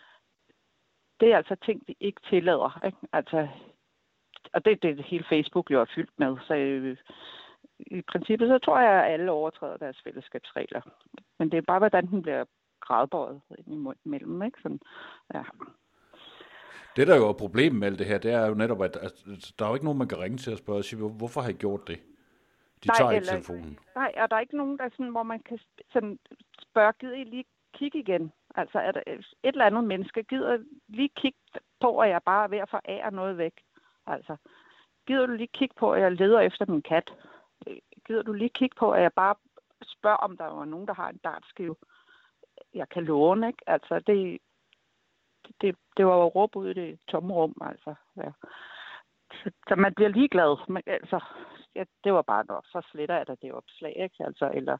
Det er altså ting, vi ikke tillader. Ikke? Altså, og det er det, hele Facebook jo er fyldt med. Så øh, i princippet, så tror jeg, at alle overtræder deres fællesskabsregler. Men det er bare, hvordan den bliver gradbøjet imellem, ikke? Sådan, ja. Det, der jo er problemet med alt det her, det er jo netop, at, at der er jo ikke nogen, man kan ringe til og spørge og sige, hvorfor har I gjort det? De nej, tager ikke eller, telefonen. Nej, og der er ikke nogen, der sådan, hvor man kan sådan, spørge, gider I lige kigge igen? Altså, er der et eller andet menneske, gider lige kigge på, at jeg bare er ved at forære noget væk? Altså, gider du lige kigge på, at jeg leder efter min kat? Gider du lige kigge på, at jeg bare spørger, om der var nogen, der har en dartskive, jeg kan låne, ikke? Altså, det, det, det var jo råb ud i det tomme rum, altså. Ja. Så, så man bliver ligeglad. Men, altså, ja, det var bare nok, så sletter jeg da det opslag, ikke? Altså, eller...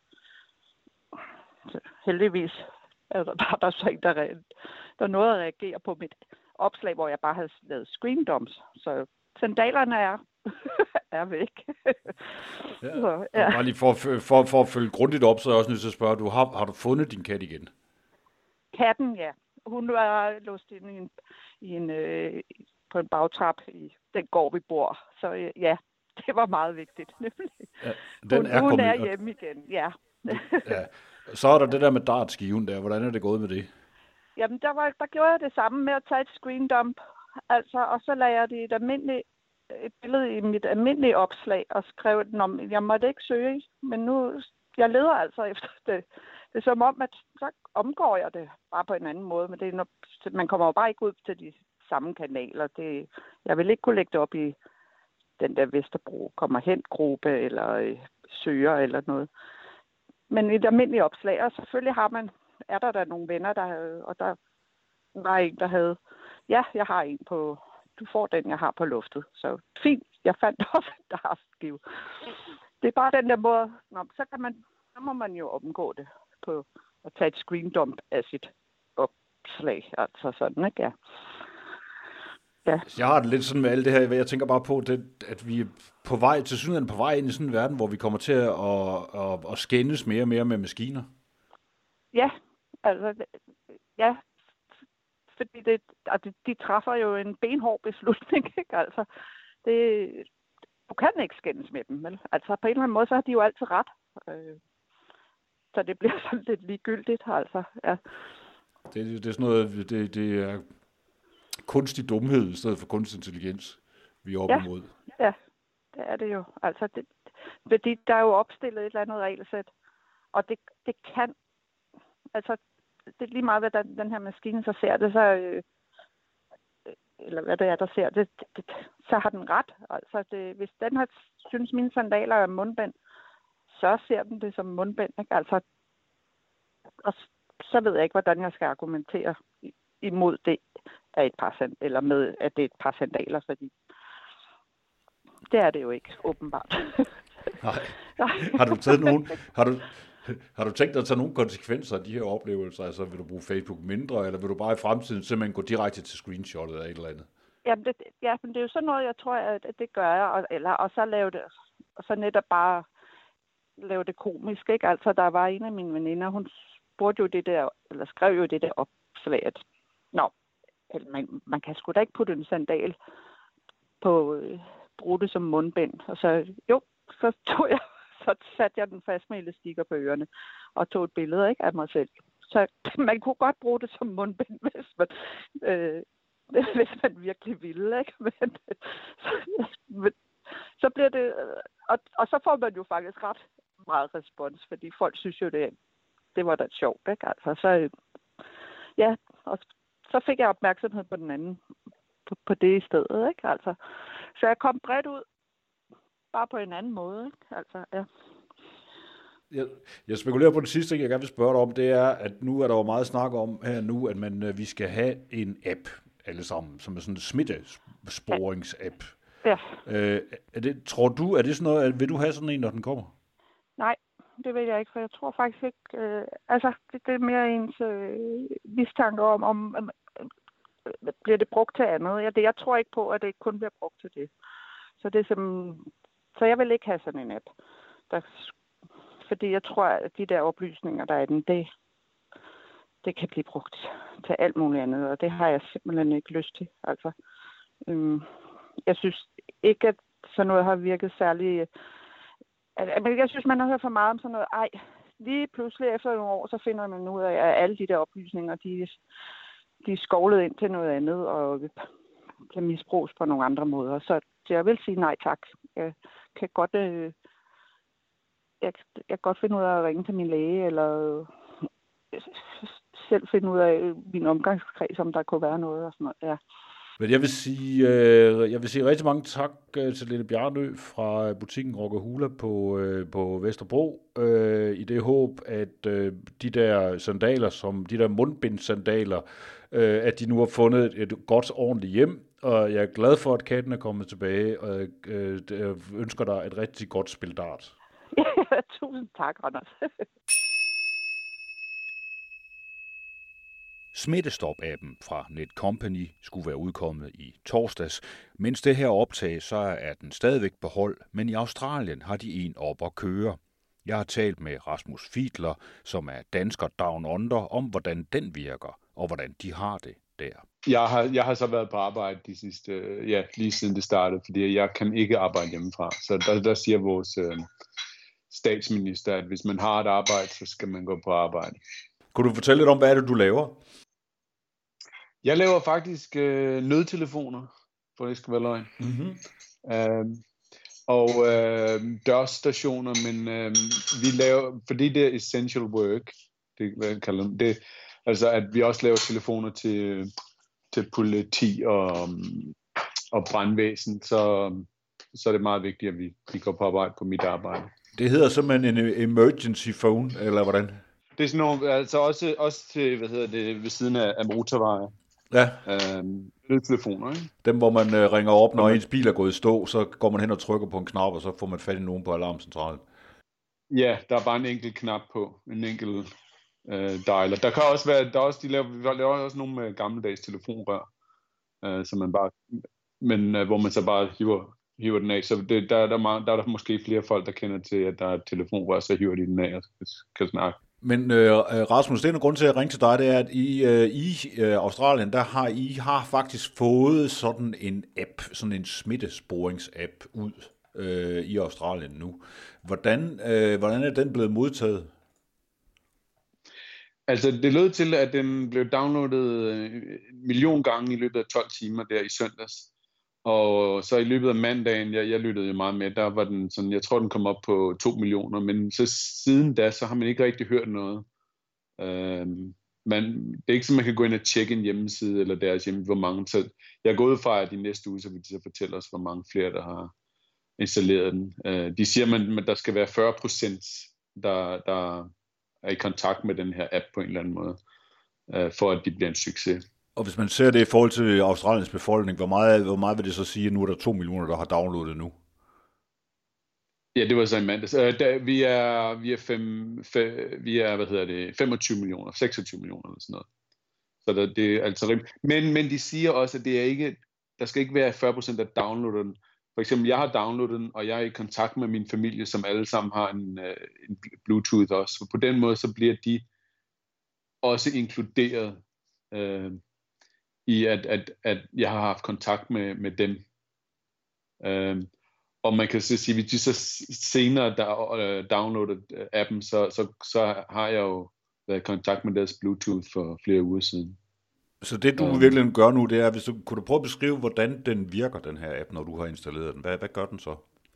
Så, heldigvis altså, der er der så ikke, der, der nåede at reagere på mit opslag, hvor jeg bare havde lavet screen dumps. Så sandalerne er, er væk. Ja. Så, ja. Bare lige for, for, for at følge grundigt op, så er jeg også nødt til at spørge, du har, har du fundet din kat igen? Katten, ja. Hun var låst inde i en, i en, øh, på en bagtrap i den gård, vi bor. Så øh, ja, det var meget vigtigt. Ja, den hun er, hun er hjemme igen, ja. Ja. Så er der det der med dartskiven der. Hvordan er det gået med det? Jamen, der, var, der gjorde jeg det samme med at tage et screen dump. Altså, og så lagde jeg det et, almindeligt, et billede i mit almindelige opslag og skrev den om, jeg måtte ikke søge, men nu, jeg leder altså efter det, det er som om, at så omgår jeg det bare på en anden måde, men det er, når, man kommer jo bare ikke ud til de samme kanaler. Det, jeg vil ikke kunne lægge det op i den der Vesterbro kommer hen gruppe eller øh, søger eller noget. Men et almindeligt opslag, og selvfølgelig har man, er der der nogle venner, der, og der var en, der havde, ja, jeg har en på, du får den, jeg har på luftet. Så fint, jeg fandt også, der har skive. Det er bare den der måde, nå, så kan man, så må man jo omgå det på at tage et screen dump af sit opslag, altså sådan, ikke? Ja. Ja. Jeg har det lidt sådan med alt det her, jeg tænker bare på, det, at vi er på vej, til synligheden på vej ind i sådan en verden, hvor vi kommer til at, at, at, at skændes mere og mere med maskiner. Ja, altså, ja, fordi det, altså, de træffer jo en benhård beslutning, ikke? Altså, det, du kan ikke skændes med dem, vel? Altså, på en eller anden måde, så har de jo altid ret. Øh, så det bliver sådan lidt ligegyldigt, altså, ja. Det, det er sådan noget, det, det er kunstig dumhed i stedet for kunstig intelligens, vi er oppe ja, imod. Ja, det er det jo. Altså, det, fordi der er jo opstillet et eller andet regelsæt, og det, det kan, altså, det er lige meget, hvad der, den her maskine så ser det, så, øh, eller hvad det er, der ser det, det, det så har den ret. Altså, det, hvis den har synes, mine sandaler er mundbind, så ser den det som mundbind, ikke? Altså, og så ved jeg ikke, hvordan jeg skal argumentere imod det af et par sand, eller med, at det er et par sandaler, fordi det er det jo ikke, åbenbart. Nej. Har du taget nogen, har du, har du tænkt dig at tage nogle konsekvenser af de her oplevelser? Altså, vil du bruge Facebook mindre, eller vil du bare i fremtiden simpelthen gå direkte til screenshottet af et eller andet? Jamen, det, ja, men det er jo sådan noget, jeg tror, at det gør jeg, og, eller, og så lave det, og så netop bare lave det komisk, ikke? Altså, der var en af mine veninder, hun spurgte jo det der, eller skrev jo det der opslag, at nå, man, man kan sgu da ikke putte en sandal på, øh, bruge det som mundbind. Og så, jo, så tog jeg, så satte jeg den fast med elastikker på ørerne, og tog et billede, ikke, af mig selv. Så man kunne godt bruge det som mundbind, hvis man, øh, hvis man virkelig ville, ikke? Men, så, men, så bliver det, og, og så får man jo faktisk ret meget respons, fordi folk synes jo, det, det var da sjovt, ikke? Altså, så, ja, og så fik jeg opmærksomhed på den anden, på, på det i stedet, ikke? Altså, så jeg kom bredt ud, bare på en anden måde, ikke? Altså, ja. Jeg, jeg spekulerer på det sidste, jeg gerne vil spørge dig om, det er, at nu er der jo meget snak om her nu, at man, vi skal have en app alle sammen, som er sådan en smittesporings-app. Ja. Øh, er det, tror du, er det sådan noget, at vil du have sådan en, når den kommer? Nej, det ved jeg ikke, for jeg tror faktisk ikke, øh, altså det, det er mere ens øh, mistanke om, om øh, øh, bliver det brugt til andet. Jeg, det, jeg tror ikke på, at det ikke kun bliver brugt til det. Så det er som, så jeg vil ikke have sådan en app, der, fordi jeg tror, at de der oplysninger, der er den, det, det kan blive brugt til alt muligt andet, og det har jeg simpelthen ikke lyst til. Altså, øh, jeg synes ikke, at sådan noget har virket særlig. Men jeg synes, man har hørt for meget om sådan noget. Ej, lige pludselig efter nogle år, så finder man ud af, at alle de der oplysninger, de, de er skovlet ind til noget andet, og kan misbruges på nogle andre måder. Så jeg vil sige nej tak. Jeg kan godt, øh, jeg, jeg kan godt finde ud af at ringe til min læge, eller øh, selv finde ud af min omgangskreds, om der kunne være noget og sådan noget. Ja. Men jeg vil sige, øh, jeg vil sige rigtig mange tak øh, til Lene Bjarnø fra butikken Rock Hula på, øh, på Vesterbro, øh, i det håb, at øh, de der sandaler, som de der mundbindsandaler, øh, at de nu har fundet et godt, ordentligt hjem, og jeg er glad for, at katten er kommet tilbage, og øh, jeg ønsker dig et rigtig godt spil dart. Ja, tusind tak, Anders. Smittestop-appen fra Netcompany skulle være udkommet i torsdags. Mens det her optages, så er den stadigvæk på hold, men i Australien har de en op at køre. Jeg har talt med Rasmus Fiedler, som er dansker Down Under, om hvordan den virker, og hvordan de har det der. Jeg har, jeg har så været på arbejde de sidste, ja, lige siden det startede, fordi jeg kan ikke arbejde hjemmefra. Så der, der siger vores øh, statsminister, at hvis man har et arbejde, så skal man gå på arbejde. Kunne du fortælle lidt om, hvad er det, du laver? Jeg laver faktisk øh, nødtelefoner, for det skal være løgn. Mm-hmm. Øh, og øh, dørstationer, men øh, vi laver, fordi det er essential work, Det, hvad kalder man det? Altså, at vi også laver telefoner til, til politi og, og brandvæsen, så, så er det meget vigtigt, at vi, vi går på arbejde på mit arbejde. Det hedder simpelthen en emergency phone, eller hvordan? Det er sådan nogle, altså også, også til, hvad hedder det, ved siden af, af motorveje. Ja. Øhm, nødtelefoner, ikke? Dem, hvor man øh, ringer op, når ens bil er gået i stå, så går man hen og trykker på en knap, og så får man fat i nogen på alarmcentralen. Ja, der er bare en enkelt knap på, en enkelt øh, dialer. Der kan også være, der er også, de laver, vi laver også nogle med gammeldags telefonrør, øh, som man bare, men øh, hvor man så bare hiver, hiver den af. Så det, der, der, er meget, der er der måske flere folk, der kender til, at der er et telefonrør, så hiver de den af og kan snakke. Men øh, Rasmus, det er en grund til at ringe til dig, det er, at I øh, i øh, Australien, der har I har faktisk fået sådan en app, sådan en smittesporingsapp ud øh, i Australien nu. Hvordan, øh, hvordan er den blevet modtaget? Altså, det lød til, at den blev downloadet en million gange i løbet af tolv timer der i søndags. Og så i løbet af mandagen, jeg, jeg lyttede jo meget med, der var den sådan, jeg tror den kom op på to millioner, men så siden da, så har man ikke rigtig hørt noget. Øhm, man, det er ikke så, man kan gå ind og tjekke en hjemmeside eller deres hjemme, hvor mange. Så jeg er gået ud fra, at de næste uge, så vil de så fortælle os, hvor mange flere, der har installeret den. Øh, de siger, at man, der skal være fyrre procent, der, der er i kontakt med den her app på en eller anden måde, øh, for at de bliver en succes. Og hvis man ser det i forhold til Australiens befolkning, hvor meget, hvor meget vil det så sige, at nu er der to millioner, der har downloadet nu? Ja, det var så i mandags. Øh, der, vi er, vi er, fem, fem, vi er hvad hedder det, femogtyve millioner, seksogtyve millioner eller sådan noget. Så der, det er altså rimeligt. Men, men de siger også, at det er ikke, der skal ikke være fyrre procent, der downloader den. For eksempel, jeg har downloadet den, og jeg er i kontakt med min familie, som alle sammen har en, en Bluetooth også. Så på den måde, så bliver de også inkluderet øh, i, at, at, at jeg har haft kontakt med, med dem. Øh, og man kan så sige, hvis de så senere der, øh, downloader appen, så, så, så har jeg jo været i kontakt med deres Bluetooth for flere uger siden. Så det du um, virkelig gør nu, det er, hvis du, kunne du prøve at beskrive, hvordan den virker, den her app, når du har installeret den? Hvad, hvad gør den så?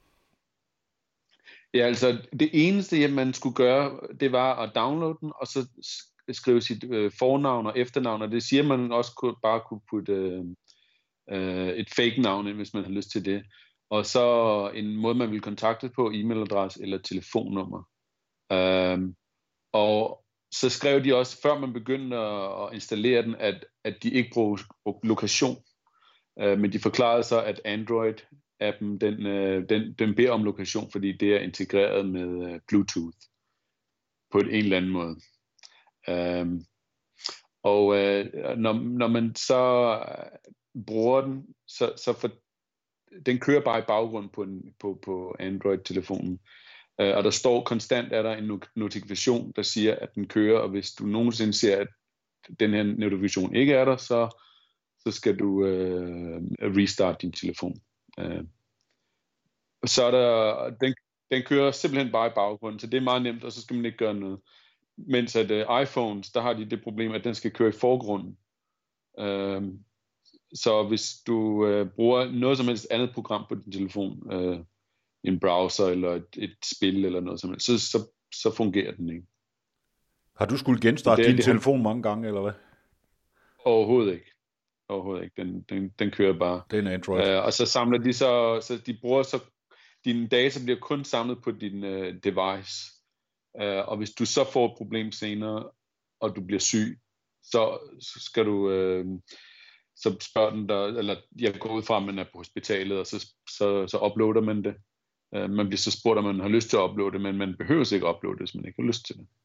Ja, altså det eneste, man skulle gøre, det var at downloade den, og så skrive sit øh, fornavn og efternavn, og det siger man også kunne, bare kunne putte øh, øh, et fake navn ind, hvis man har lyst til det. Og så en måde, man vil kontakte på, e-mailadresse eller telefonnummer. Um, og så skrev de også, før man begyndte at installere den, at, at de ikke brugte lokation. Uh, men de forklarede så, at Android-appen, den, uh, den, den beder om lokation, fordi det er integreret med uh, Bluetooth på en eller anden måde. Um, og uh, når, når man så bruger den, så, så for den kører bare i baggrunden på, en, på, på Android-telefonen. Uh, og der står konstant, er der en notifikation, der siger, at den kører, og hvis du nogensinde ser, at den her notifikation ikke er der, så, så skal du uh, restart din telefon. Uh, så er der, den, den kører simpelthen bare i baggrunden, så det er meget nemt, og så skal man ikke gøre noget. Mens at uh, iPhones, der har de det problem, at den skal køre i forgrunden. Uh, Så hvis du øh, bruger noget som helst andet program på din telefon, øh, en browser eller et, et spil eller noget som helst, så, så, så fungerer den ikke. Har du skulle genstarte det, din det, telefon han... mange gange, eller hvad? Overhovedet ikke. Overhovedet ikke. Den, den, den kører bare. Det er en Android. Øh, og så samler de så, så de bruger så, dine data bliver kun samlet på din øh, device. Øh, og hvis du så får et problem senere, og du bliver syg, så, så skal du... Øh, så spørger den der, eller jeg går ud fra, at man er på hospitalet, og så, så, så uploader man det. Uh, man bliver så spurgt, om man har lyst til at uploade det, men man behøver ikke at uploade det, hvis man ikke har lyst til det.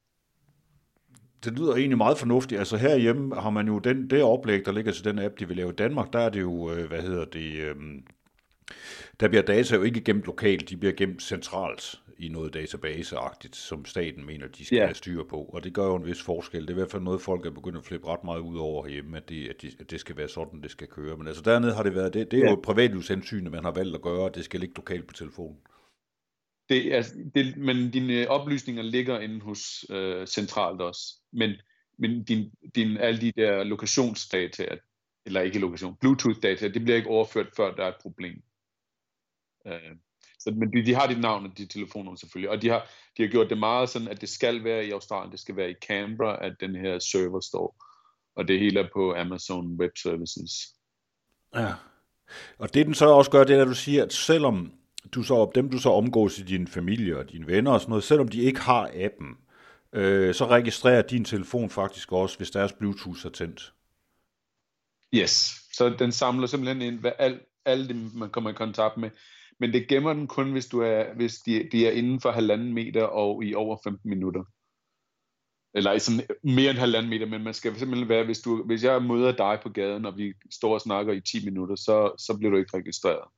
Det lyder egentlig meget fornuftigt. Altså herhjemme har man jo den, det oplæg, der ligger til den app, de vil lave i Danmark, der er det jo, hvad hedder det, um, der bliver data jo ikke gemt lokalt, de bliver gemt centralt i noget database-agtigt, som staten mener, de skal yeah. have styr på. Og det gør jo en vis forskel. Det er i hvert fald noget, folk er begyndt at flippe ret meget ud over herhjemme, at det, at, de, at det skal være sådan, det skal køre. Men altså dernede har det været, det, det er yeah. jo et privatlivshensyn, man har valgt at gøre, at det skal ligge lokalt på telefonen. Det, altså, det, men dine oplysninger ligger inde hos øh, centralt også. Men, men din, din, alle de der lokationsdata, eller ikke lokation, Bluetooth-data, det bliver ikke overført, før der er et problem. Øh, Så, men de, de har dit navn og de telefonnummer selvfølgelig, og de har, de har gjort det meget sådan, at det skal være i Australien, det skal være i Canberra, at den her server står, og det hele er på Amazon Web Services. Ja, og det den så også gør, det er, at du siger, at selvom du så, dem du så omgås i din familie og dine venner og sådan noget, selvom de ikke har appen, øh, så registrerer din telefon faktisk også, hvis deres Bluetooth er tændt. Yes, så den samler simpelthen ind, hvad alt, alt det, man kommer i kontakt med, men det gemmer den kun, hvis, du er, hvis de, de er inden for halvanden meter og i over femten minutter. Eller i sådan mere end halvanden meter, men man skal simpelthen være, hvis, du, hvis jeg møder dig på gaden, og vi står og snakker i ti minutter, så, så bliver du ikke registreret.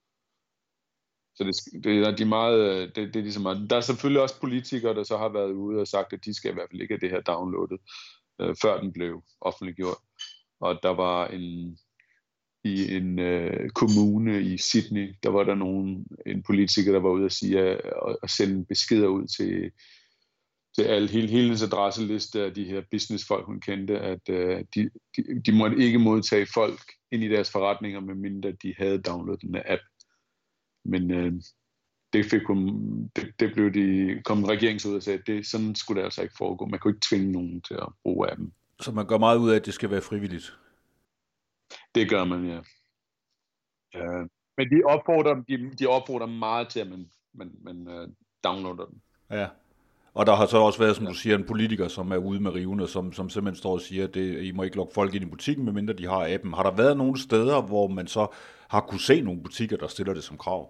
Så det, det er de meget, det, det er ligesom meget. Der er selvfølgelig også politikere, der så har været ude og sagt, at de skal i hvert fald ikke have det her downloadet, øh, før den blev offentliggjort. Og der var en, i en øh, kommune i Sydney, der var der nogen, en politiker, der var ude og sige, at, at sende beskeder ud til, til alle, hele, hele hendes adresseliste af de her businessfolk, hun kendte, at øh, de, de, de måtte ikke modtage folk ind i deres forretninger, medmindre de havde downloadet den app. Men øh, det, fik hun, det, det blev de, kom regeringen ud og sagde, at det, sådan skulle det altså ikke foregå. Man kunne ikke tvinge nogen til at bruge appen. Så man gør meget ud af, at det skal være frivilligt? Det gør man, ja. ja. Men de opfordrer, de, de opfordrer meget til, at man, man, man uh, downloader den. Ja, og der har så også været, som ja. du siger, en politiker, som er ude med rivene, som, som simpelthen står og siger, at det, I må ikke lukke folk ind i butikken, medmindre de har appen. Har der været nogle steder, hvor man så har kunne se nogle butikker, der stiller det som krav?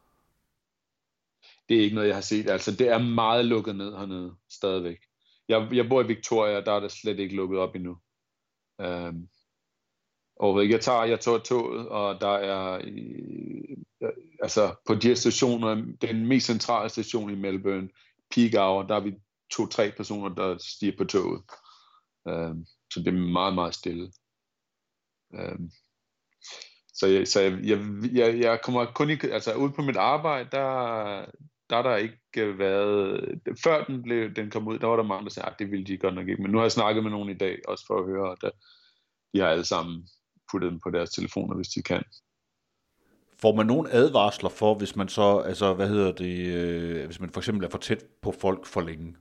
Det er ikke noget, jeg har set. Altså, det er meget lukket ned hernede, stadigvæk. Jeg, jeg bor i Victoria, der er det slet ikke lukket op endnu. Um, og jeg tager, jeg tager toget, og der er, øh, altså på de her stationer, den mest centrale station i Melbourne, peak hour, der er vi to-tre personer, der stiger på toget. Um, så det er meget, meget stille. Um, så jeg, så jeg, jeg, jeg, jeg kommer kun i, altså ude på mit arbejde, der der har der ikke været, før den, blev, den kom ud, der var der mange, der sagde, at det ville de godt nok ikke. Men nu har jeg snakket med nogen i dag, også for at høre, at de har alle sammen puttet dem på deres telefoner, hvis de kan. Får man nogle advarsler for, hvis man så, altså hvad hedder det, øh, hvis man for eksempel er for tæt på folk for længe?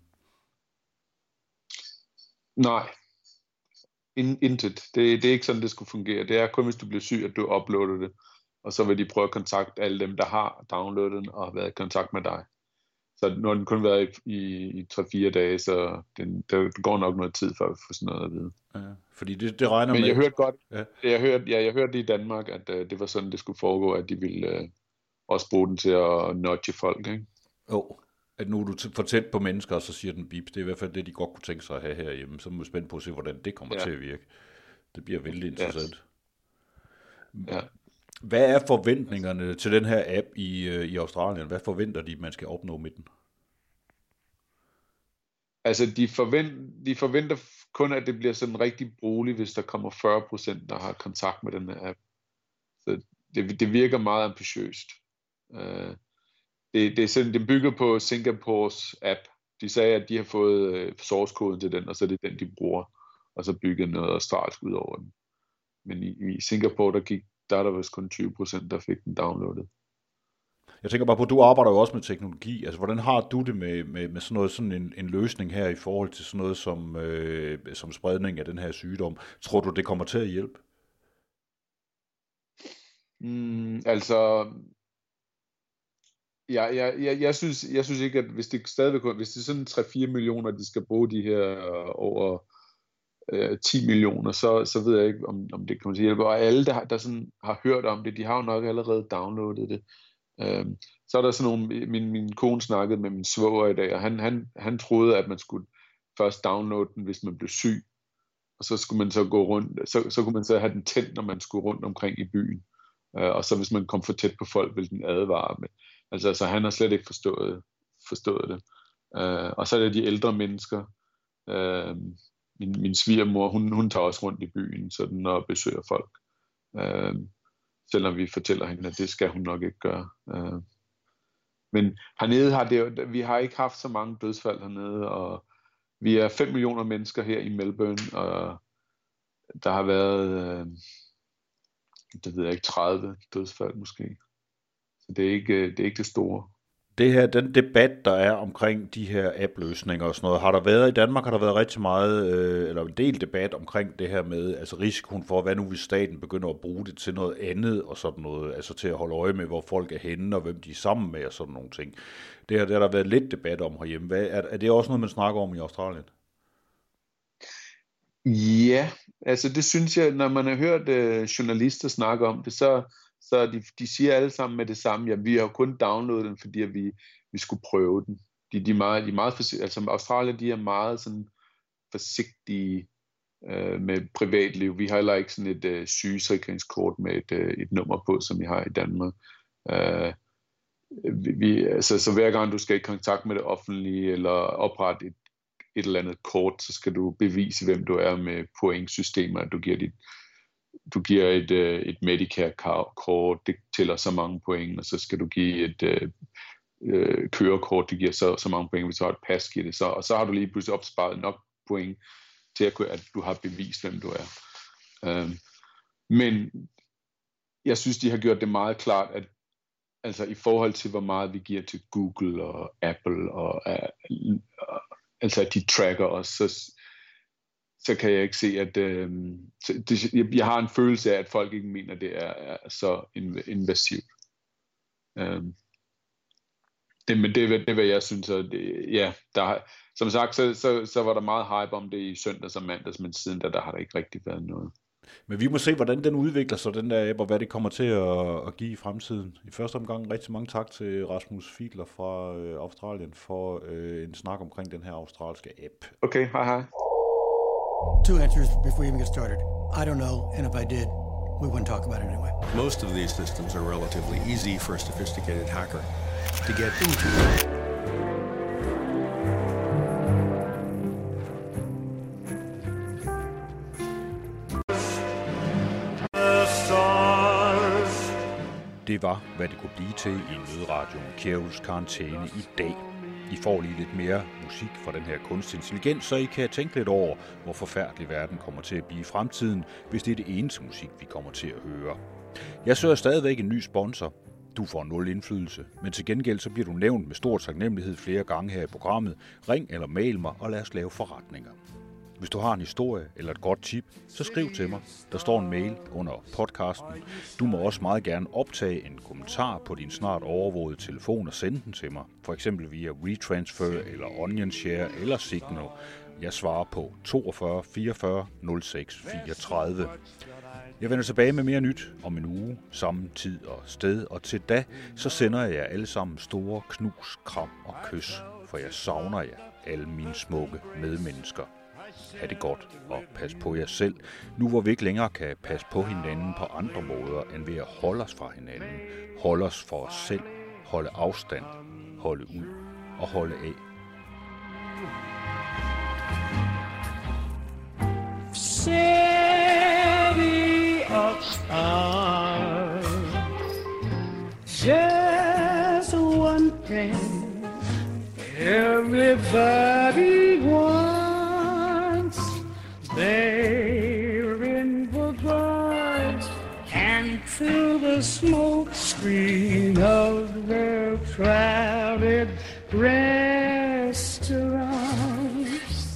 Nej. In, intet. Det, det er ikke sådan, det skulle fungere. Det er kun, hvis du bliver syg, at du uploader det. Og så vil de prøve at kontakte alle dem, der har downloadet den og har været i kontakt med dig. Så nu har den kun været i, i, i tre-fire dage, så den, der går nok noget tid for at få sådan noget at vide. Ja, fordi det, det regner Men med... jeg hørte godt, ja. jeg hørte, ja, jeg hørte det i Danmark, at uh, det var sådan, det skulle foregå, at de ville uh, også bruge den til at nudge folk, ikke? Jo, oh, at nu er du for tæt på mennesker, og så siger den bip. Det er i hvert fald det, de godt kunne tænke sig at have herhjemme. Så må vi spænde på at se, hvordan det kommer ja. til at virke. Det bliver vældig interessant. Ja. ja. Hvad er forventningerne til den her app i, øh, i Australien? Hvad forventer de, man skal opnå med den? Altså, de, forvent, de forventer kun, at det bliver sådan rigtig brugelig, hvis der kommer fyrre procent, der har kontakt med den her app. Så det, det virker meget ambitiøst. Uh, det, det, er sådan, det bygger på Singapores app. De sagde, at de har fået uh, source-koden til den, og så er det den, de bruger. Og så bygger noget australsk ud over den. Men i, i Singapore, der gik der er der vist kun tyve procent, der fik den downloadet. Jeg tænker bare på, at du arbejder jo også med teknologi. Altså, hvordan har du det med, med, med sådan noget, sådan en, en løsning her i forhold til sådan noget som, øh, som spredning af den her sygdom? Tror du, det kommer til at hjælpe? Mm, altså, ja, jeg, jeg, jeg, synes, jeg synes ikke, at hvis det stadigvæk, hvis det er sådan tre-fire millioner, de skal bruge de her over ti millioner, så, så ved jeg ikke, om, om det kommer til at hjælpe. Og alle, der, der sådan har hørt om det, de har jo nok allerede downloadet det. Øhm, så er der sådan nogle, min, min kone snakkede med min svoger i dag, og han, han, han troede, at man skulle først downloade den, hvis man blev syg. Og så skulle man så gå rundt, så, så kunne man så have den tændt, når man skulle rundt omkring i byen. Øh, og så hvis man kom for tæt på folk, ville den advare med. Altså, altså han har slet ikke forstået, forstået det. Øh, og så er det de ældre mennesker. Øh, Min, min svigermor, hun, hun tager også rundt i byen, sådan og besøger folk. Øh, selvom vi fortæller hende, at det skal hun nok ikke gøre. Øh, men hernede har det, vi har ikke haft så mange dødsfald hernede, og vi er fem millioner mennesker her i Melbourne, og der har været, øh, det ved jeg ikke, tredive dødsfald måske. Så det er ikke det, er ikke det store. Det her, den debat, der er omkring de her app-løsninger og sådan noget, har der været i Danmark, har der været rigtig meget, øh, eller en del debat omkring det her med, altså risikoen for, hvad nu hvis staten begynder at bruge det til noget andet og sådan noget, altså til at holde øje med, hvor folk er henne og hvem de er sammen med og sådan nogle ting. Det her, det har der været lidt debat om herhjemme. Hvad, er, er det også noget, man snakker om i Australien? Ja, altså det synes jeg, når man har hørt øh, journalister snakke om det, så Så de, de siger alle sammen med det samme, ja, vi har kun downloadet den, fordi vi, vi skulle prøve den. De, de er meget, de er meget forsigtige, altså Australien, de er meget sådan forsigtige øh, med privatliv. Vi har heller ikke sådan et øh, sygesikringskort med et, øh, et nummer på, som vi har i Danmark. Øh, vi, altså, så hver gang du skal i kontakt med det offentlige, eller oprette et, et eller andet kort, så skal du bevise, hvem du er med pointsystemer, du giver dit Du giver et, øh, et Medicare-kort, det tæller så mange point, og så skal du give et øh, kørekort, det giver så, så mange point, hvis du har et pas, giver det så, og så har du lige pludselig opsparet nok point til, at, at du har bevist, hvem du er. Øh, men jeg synes, de har gjort det meget klart, at altså i forhold til, hvor meget vi giver til Google og Apple, og, uh, altså at de tracker os, så så kan jeg ikke se, at øh, det, jeg, jeg har en følelse af, at folk ikke mener, at det er, er så invasivt. Øh, det, men det, det hvad jeg synes, at det, ja, der, som sagt, så, så, så var der meget hype om det i søndags og mandags, men siden da, der har der ikke rigtig været noget. Men vi må se, hvordan den udvikler sig, den der app, og hvad det kommer til at, at give i fremtiden. I første omgang rigtig mange tak til Rasmus Fiedler fra øh, Australien for øh, en snak omkring den her australske app. Okay, hej hej. Two answers before we even get started. I don't know, and if I did, we wouldn't talk about it anyway. Most of these systems are relatively easy for a sophisticated hacker to get into. Det var, hvad det kunne blive til i Nødradioen Kjærhus Karantæne i dag. I får lige lidt mere musik fra den her kunstig intelligens, så I kan tænke lidt over, hvor forfærdelig verden kommer til at blive i fremtiden, hvis det er det eneste musik, vi kommer til at høre. Jeg søger stadigvæk en ny sponsor. Du får nul indflydelse, men til gengæld så bliver du nævnt med stor taknemmelighed flere gange her i programmet. Ring eller mail mig, og lad os lave forretninger. Hvis du har en historie eller et godt tip, så skriv til mig. Der står en mail under podcasten. Du må også meget gerne optage en kommentar på din snart overvågede telefon og sende den til mig. For eksempel via WeTransfer eller OnionShare eller Signal. Jeg svarer på toogfyrre fireogfyrre nul seks fireogtredive. Jeg vender tilbage med mere nyt om en uge, samme tid og sted, og til da så sender jeg jer alle sammen store knus, kram og kys, for jeg savner jer, alle mine smukke medmennesker. Ha' det godt, og pas på jer selv, nu hvor vi ikke længere kan passe på hinanden på andre måder, end ved at holde os fra hinanden, holde os for os selv, holde afstand, holde ud og holde af. City of stars, just one thing everybody wants. They're in the bright and through the smoke screen of their crowded restaurants.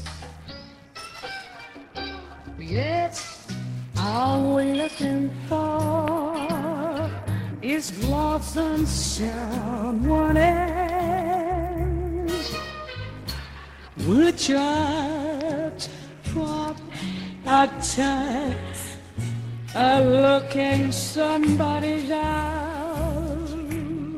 Yet all we're looking for is lost on someone else. We're just from a time a looking somebody down.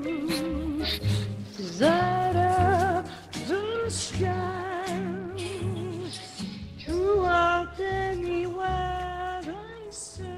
Light up the sky throughout anywhere I say.